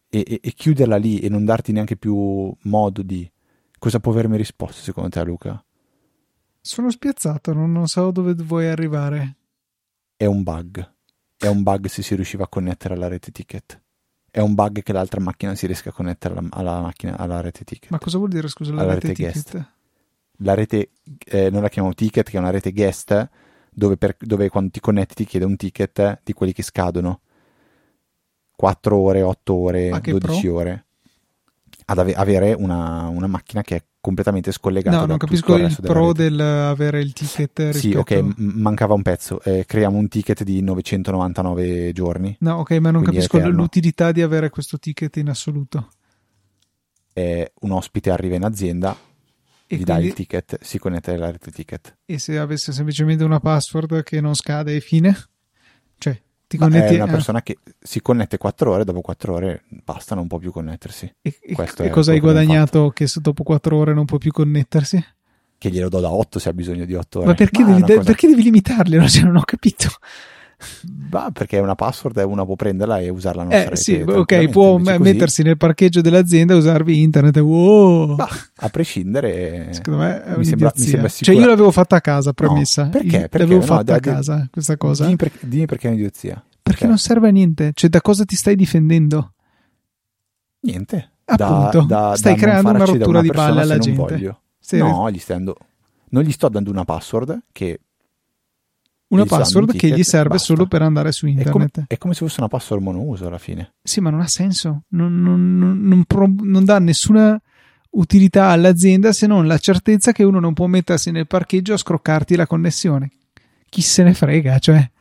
e chiuderla lì e non darti neanche più modo di... Cosa può avermi risposto secondo te, Luca? Sono spiazzato, non so dove vuoi arrivare. È un bug. È un bug se si riusciva a connettere alla rete ticket. È un bug che l'altra macchina si riesca a connettere alla rete ticket. Ma cosa vuol dire, scusa, la alla rete rete ticket? guest. La rete, noi la chiamiamo ticket, che è una rete guest, dove quando ti connetti ti chiede un ticket di quelli che scadono 4 ore, 8 ore, Ma che 12 pro? ore. Ad avere una macchina che è completamente scollegata No, da non tutto capisco il il resto della pro rete. dell'avere il ticket Sì, rispetto... ok, mancava un pezzo. Creiamo un ticket di 999 giorni. No, ok, ma non Quindi è capisco eterno. l'utilità di avere questo ticket in assoluto. Un ospite arriva in azienda, E gli dai quindi, il ticket, si connette alla rete ticket. e se avesse semplicemente una password che non scade e fine? Cioè, ti Ma connetti... è una persona che si connette 4 ore, dopo 4 ore basta, non può più connettersi. Questo e è cosa hai quello che abbiamo guadagnato che dopo 4 ore non può più connettersi? che glielo do da 8 se ha bisogno di 8 ore. Ma perché, Ma è una cosa... perché devi limitarli? Non ho capito. perché è una password e una può prenderla e usarla la nostra rete. Sì, ok, tranquillamente. può Invece così, mettersi nel parcheggio dell'azienda e usarvi internet. Wow! a prescindere, Secondo me è mi sembra un'idiozia. Cioè, sicura... io l'avevo fatta a casa, premessa. No, perché? L'avevo No, fatta a casa, questa cosa. Dimmi perché è un'idiozia. Perché non serve a niente. Cioè, da cosa ti stai difendendo? Niente. Appunto, stai creando una rottura di balle alla gente. Voglio. No, non gli sto dando una password che... Una gli sto dando password un che gli ticket, serve basta. solo per andare su internet. È come se fosse una password monouso alla fine. Sì, ma non ha senso. Non dà nessuna utilità all'azienda se non la certezza che uno non può mettersi nel parcheggio a scroccarti la connessione. Chi se ne frega, cioè.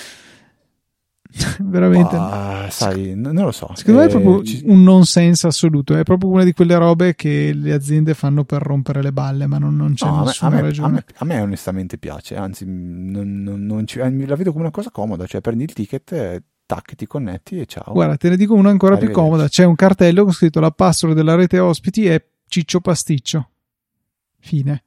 Veramente. Sai, non lo so. Secondo me è proprio un nonsense assoluto. È proprio una di quelle robe che le aziende fanno per rompere le balle, ma non c'è nessuna ragione. A me onestamente piace, anzi, non la vedo come una cosa comoda. Cioè, prendi il ticket, tac, ti connetti e ciao. Guarda, te ne dico una ancora più comoda. C'è un cartello con scritto: la password della rete ospiti è Ciccio Pasticcio. Fine.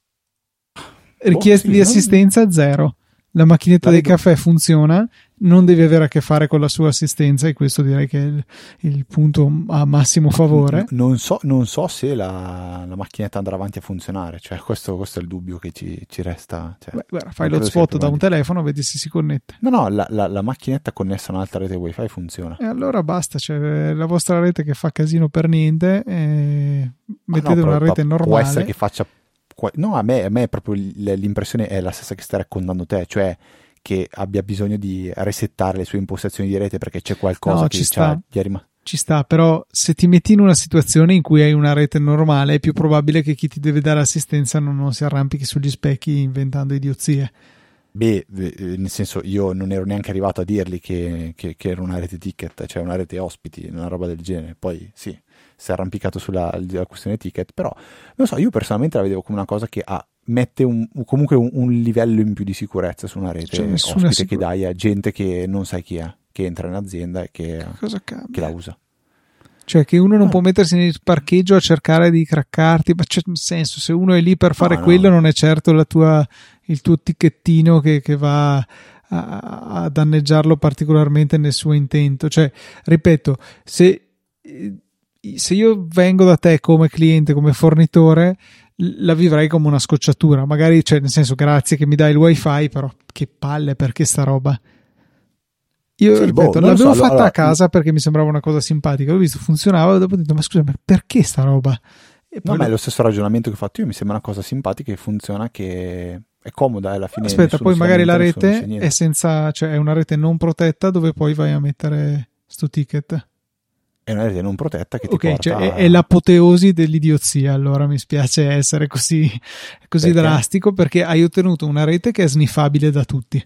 Richieste di assistenza zero. La macchinetta dei caffè funziona, non devi avere a che fare con la sua assistenza, e questo direi che è il punto a massimo favore. Non so se la macchinetta andrà avanti a funzionare, cioè questo è il dubbio che ci resta. Cioè, beh, guarda, fai lo spot da un telefono, vedi se si connette. No, la macchinetta connessa a un'altra rete wifi funziona. E allora basta, cioè la vostra rete che fa casino per niente, mettete una rete normale. Può essere che faccia... No, a me proprio l'impressione è la stessa che stai raccontando te, cioè che abbia bisogno di resettare le sue impostazioni di rete perché c'è qualcosa che ci sta, però se ti metti in una situazione in cui hai una rete normale è più probabile che chi ti deve dare assistenza non si arrampichi sugli specchi inventando idiozie. Beh, nel senso, io non ero neanche arrivato a dirgli che era una rete ticket, cioè una rete ospiti, una roba del genere. Poi sì, si è arrampicato sulla questione ticket, però non so, io personalmente la vedevo come una cosa che mette comunque un livello in più di sicurezza su una rete ospite che dai a gente che non sai chi è, che entra in azienda e che la usa. Cioè che uno non può mettersi nel parcheggio a cercare di craccarti, ma c'è un senso, se uno è lì per fare quello non è certo il tuo ticchettino che va a danneggiarlo particolarmente nel suo intento. Cioè, ripeto, se io vengo da te come cliente, come fornitore, la vivrei come una scocciatura, magari, cioè nel senso, grazie che mi dai il wifi, però che palle, perché sta roba. Io ripeto, l'avevo fatta a casa perché mi sembrava una cosa simpatica, ho visto funzionava e dopo ho detto ma scusa, ma perché sta roba? E poi ma è lo stesso ragionamento che ho fatto io, mi sembra una cosa simpatica che funziona, che è comoda alla fine. Aspetta, poi magari la rete è senza, cioè è una rete non protetta dove poi vai a mettere sto ticket. È una rete non protetta che ti porta... Cioè è l'apoteosi dell'idiozia, allora mi spiace essere così drastico, perché hai ottenuto una rete che è sniffabile da tutti.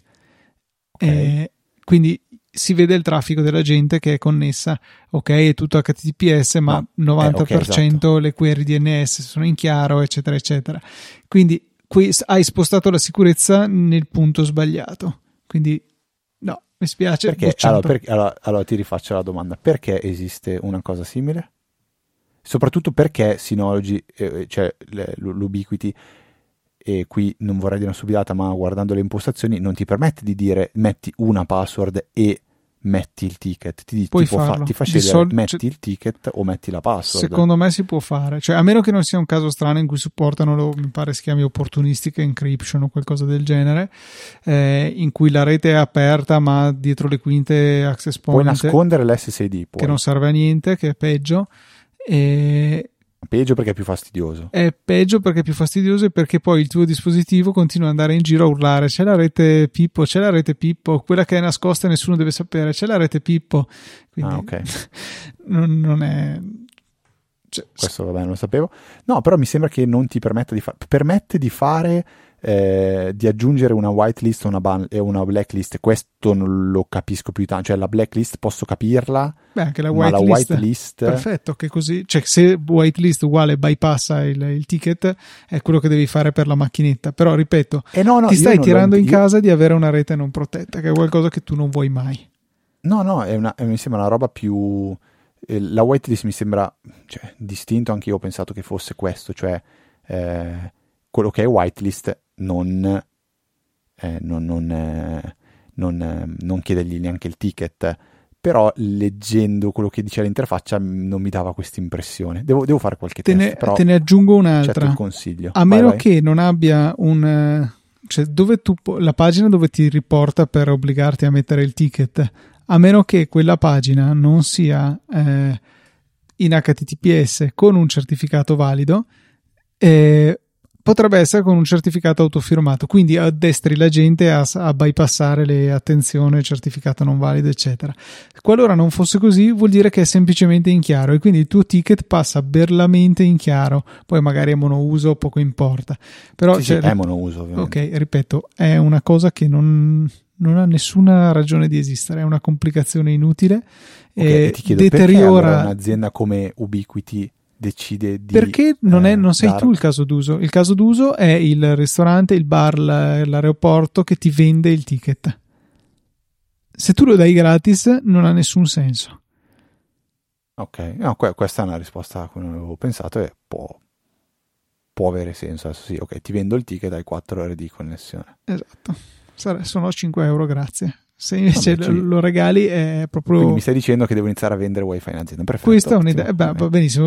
Quindi si vede il traffico della gente che è connessa, ok, è tutto HTTPS, ma 90% esatto. Le query DNS sono in chiaro, eccetera, eccetera. Quindi qui hai spostato la sicurezza nel punto sbagliato. Quindi no, mi spiace. Perché? Allora ti rifaccio la domanda: perché esiste una cosa simile? Soprattutto perché Synology, cioè l'Ubiquiti, e qui non vorrei dire una stupidata, ma guardando le impostazioni non ti permette di dire metti una password e metti il ticket, Puoi farlo. ti fa scegliere metti il ticket o metti la password. Secondo me si può fare, cioè a meno che non sia un caso strano in cui supportano, mi pare si chiami opportunistic encryption o qualcosa del genere, in cui la rete è aperta ma dietro le quinte access point, puoi nascondere l'SSID che non serve a niente, che è peggio. Peggio perché è più fastidioso. È peggio perché è più fastidioso e perché poi il tuo dispositivo continua ad andare in giro a urlare: c'è la rete Pippo, quella che è nascosta e nessuno deve sapere, c'è la rete Pippo. Quindi ok. non è... Cioè, questo vabbè non lo sapevo. No, però mi sembra che non ti permetta di fare, permette di fare di aggiungere una whitelist e una blacklist. Questo non lo capisco più tanto, cioè la blacklist posso capirla. Beh, anche ma la whitelist perfetto, che così, cioè se whitelist uguale bypassa il ticket è quello che devi fare per la macchinetta, però ripeto, ti stai tirando in casa di avere una rete non protetta, che è qualcosa che tu non vuoi mai. No, mi sembra una roba più... La whitelist mi sembra, cioè, distinto, anche io ho pensato che fosse questo, cioè quello che è whitelist non chiedergli neanche il ticket, però leggendo quello che dice l'interfaccia non mi dava questa impressione. Devo fare qualche test, però te ne aggiungo un'altra. Certo il consiglio. A meno che non abbia cioè la pagina dove ti riporta per obbligarti a mettere il ticket, a meno che quella pagina non sia in HTTPS con un certificato valido, potrebbe essere con un certificato autofirmato, quindi addestri la gente a bypassare le attenzione, certificato non valido, eccetera. Qualora non fosse così, vuol dire che è semplicemente in chiaro e quindi il tuo ticket passa berlamente in chiaro. Poi magari è monouso, poco importa. Però sì, è monouso, ovviamente. Ok, ripeto, è una cosa che non ha nessuna ragione di esistere, è una complicazione inutile e ti chiedo, deteriora. Perché un'azienda come Ubiquiti decide di... Perché non sei tu il caso d'uso. Il caso d'uso è il ristorante, il bar, l'aeroporto che ti vende il ticket. Se tu lo dai gratis non ha nessun senso. Ok, no, questa è una risposta a cui non avevo pensato e può avere senso. Adesso sì, ok, ti vendo il ticket, hai 4 ore di connessione. Esatto, sono 5 euro, grazie. Se invece lo regali è proprio... Quindi mi stai dicendo che devo iniziare a vendere wifi in azienda. Perfetto. Questa è un'idea. Va benissimo.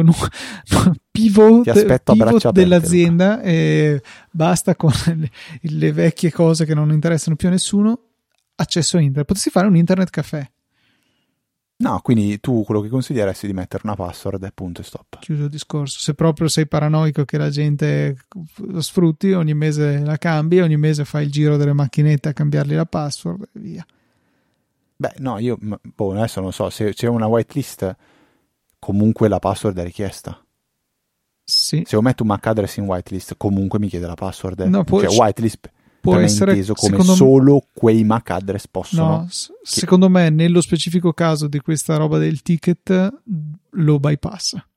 Pivot dell'azienda e basta con le vecchie cose che non interessano più a nessuno. Accesso a internet. Potresti fare un internet caffè. No, quindi tu quello che consiglieresti è di mettere una password e punto e stop. Chiuso il discorso. Se proprio sei paranoico che la gente lo sfrutti, ogni mese la cambi, ogni mese fai il giro delle macchinette a cambiargli la password e via. Beh, no, io adesso non so, se c'è una whitelist comunque la password è richiesta. Sì. Se io metto un MAC address in whitelist comunque mi chiede la password. No, cioè whitelist può essere inteso come solo quei MAC address possono. No, secondo me nello specifico caso di questa roba del ticket lo bypassa.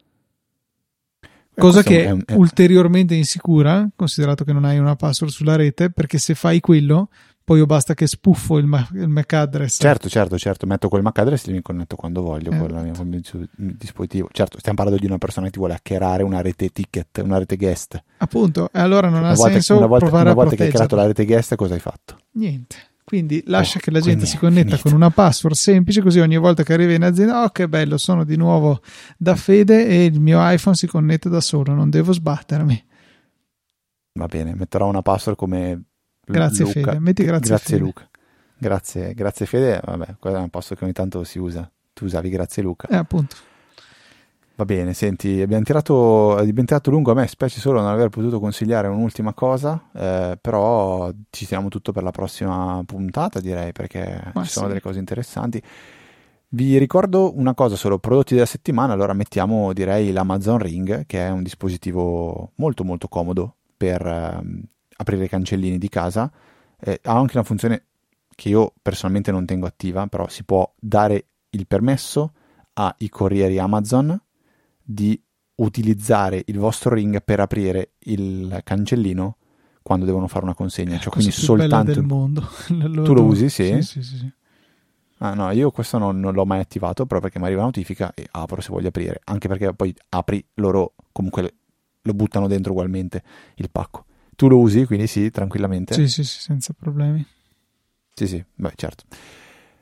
Cosa che è ulteriormente insicura, considerato che non hai una password sulla rete, perché se fai quello poi io basta che spuffo il MAC address. Certo, metto quel MAC address e mi connetto quando voglio con il mio dispositivo. Certo, stiamo parlando di una persona che ti vuole hackerare una rete ticket, una rete guest. Appunto, e allora non ha senso provare a proteggerla. Una volta che hai creato la rete guest, cosa hai fatto? Niente. Quindi lascia che la gente si connetta con una password semplice, così ogni volta che arriva in azienda, oh che bello, sono di nuovo da Fede e il mio iPhone si connette da solo, non devo sbattermi. Va bene, metterò una password come grazie Luca. Fede, metti grazie Fede. Luca. Grazie Fede, vabbè, quello è un posto che ogni tanto si usa. Tu usavi grazie Luca. Appunto. Va bene, senti, abbiamo tirato lungo, a me specie solo non aver potuto consigliare un'ultima cosa, però ci teniamo tutto per la prossima puntata, direi, perché ci sono delle cose interessanti. Vi ricordo una cosa solo, prodotti della settimana, allora mettiamo, direi, l'Amazon Ring, che è un dispositivo molto molto comodo per aprire i cancellini di casa. Ha anche una funzione che io personalmente non tengo attiva, però si può dare il permesso ai corrieri Amazon di utilizzare il vostro Ring per aprire il cancellino quando devono fare una consegna, cioè quindi soltanto del mondo. Tu lo usi? Sì. Sì. Ah no, io questo non l'ho mai attivato proprio perché mi arriva la notifica e apro se voglio aprire, anche perché poi apri, loro comunque lo buttano dentro ugualmente il pacco. Tu lo usi, quindi sì, tranquillamente? Sì, senza problemi. Sì, beh, certo.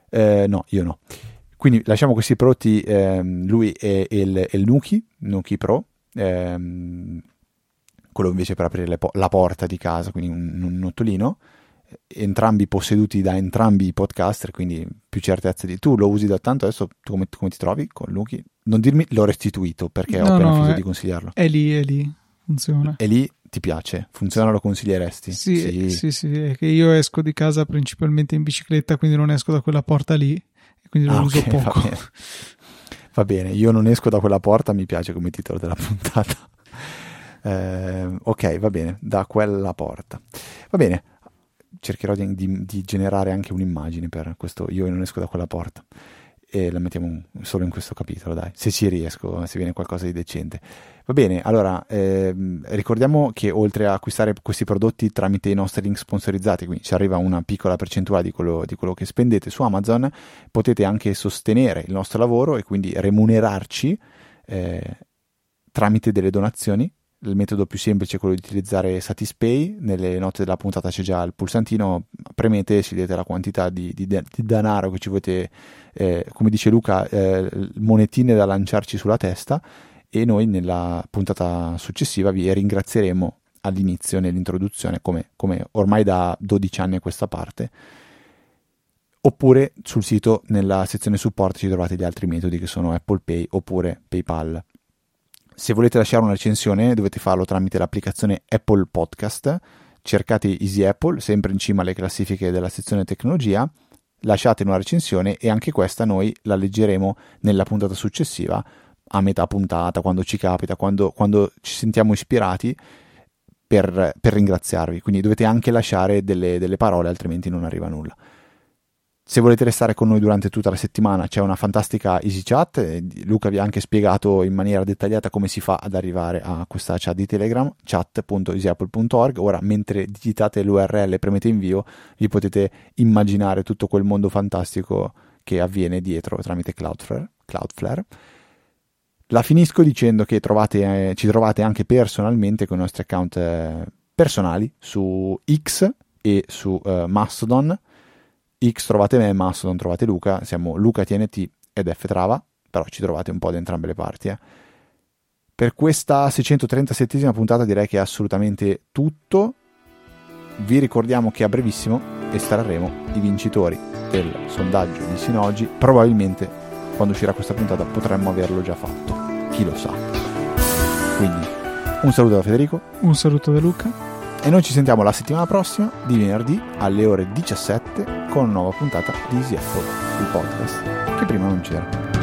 No, io no. Quindi lasciamo questi prodotti, lui è il Nuki Pro, quello invece per aprire la porta di casa, quindi un nottolino, entrambi posseduti da entrambi i podcaster, quindi più certezze di... Tu lo usi da tanto, adesso tu come ti trovi con Nuki? Non dirmi l'ho restituito, perché ho appena finito di consigliarlo. È lì, funziona. È lì, ti piace? Funziona, lo consiglieresti? Sì, è che io esco di casa principalmente in bicicletta, quindi non esco da quella porta lì, e quindi lo uso poco. Va bene, io non esco da quella porta, mi piace come titolo della puntata. Ok, va bene, da quella porta. Va bene, cercherò di generare anche un'immagine per questo io non esco da quella porta, e la mettiamo solo in questo capitolo, dai, se ci riesco, se viene qualcosa di decente. Va bene, allora ricordiamo che oltre a acquistare questi prodotti tramite i nostri link sponsorizzati, quindi ci arriva una piccola percentuale di quello che spendete su Amazon, potete anche sostenere il nostro lavoro e quindi remunerarci tramite delle donazioni. Il metodo più semplice è quello di utilizzare Satispay. Nelle note della puntata c'è già il pulsantino, premete, scegliete la quantità di denaro che ci volete, come dice Luca, monetine da lanciarci sulla testa, e noi nella puntata successiva vi ringrazieremo all'inizio, nell'introduzione, come ormai da 12 anni a questa parte, oppure sul sito nella sezione support ci trovate gli altri metodi che sono Apple Pay oppure PayPal. Se volete lasciare una recensione dovete farlo tramite l'applicazione Apple Podcast, cercate Easy Apple, sempre in cima alle classifiche della sezione tecnologia, lasciate una recensione e anche questa noi la leggeremo nella puntata successiva, a metà puntata, quando ci capita, quando ci sentiamo ispirati per ringraziarvi. Quindi dovete anche lasciare delle parole, altrimenti non arriva nulla. Se volete restare con noi durante tutta la settimana c'è una fantastica Easy Chat, Luca vi ha anche spiegato in maniera dettagliata come si fa ad arrivare a questa chat di Telegram, chat.easyapple.org. Ora, mentre digitate l'URL e premete invio, vi potete immaginare tutto quel mondo fantastico che avviene dietro tramite Cloudflare. La finisco dicendo che ci trovate anche personalmente con i nostri account personali su X e su Mastodon. X trovate me, Mastodon trovate Luca, siamo Luca TNT ed F Trava, però ci trovate un po' da entrambe le parti. Per questa 637esima puntata direi che è assolutamente tutto. Vi ricordiamo che a brevissimo estrarremo i vincitori del sondaggio di Synology. Probabilmente quando uscirà questa puntata potremmo averlo già fatto, chi lo sa. Quindi un saluto da Federico, un saluto da Luca, e noi ci sentiamo la settimana prossima di venerdì alle ore 17 con una nuova puntata di Easy Apple, il podcast che prima non c'era.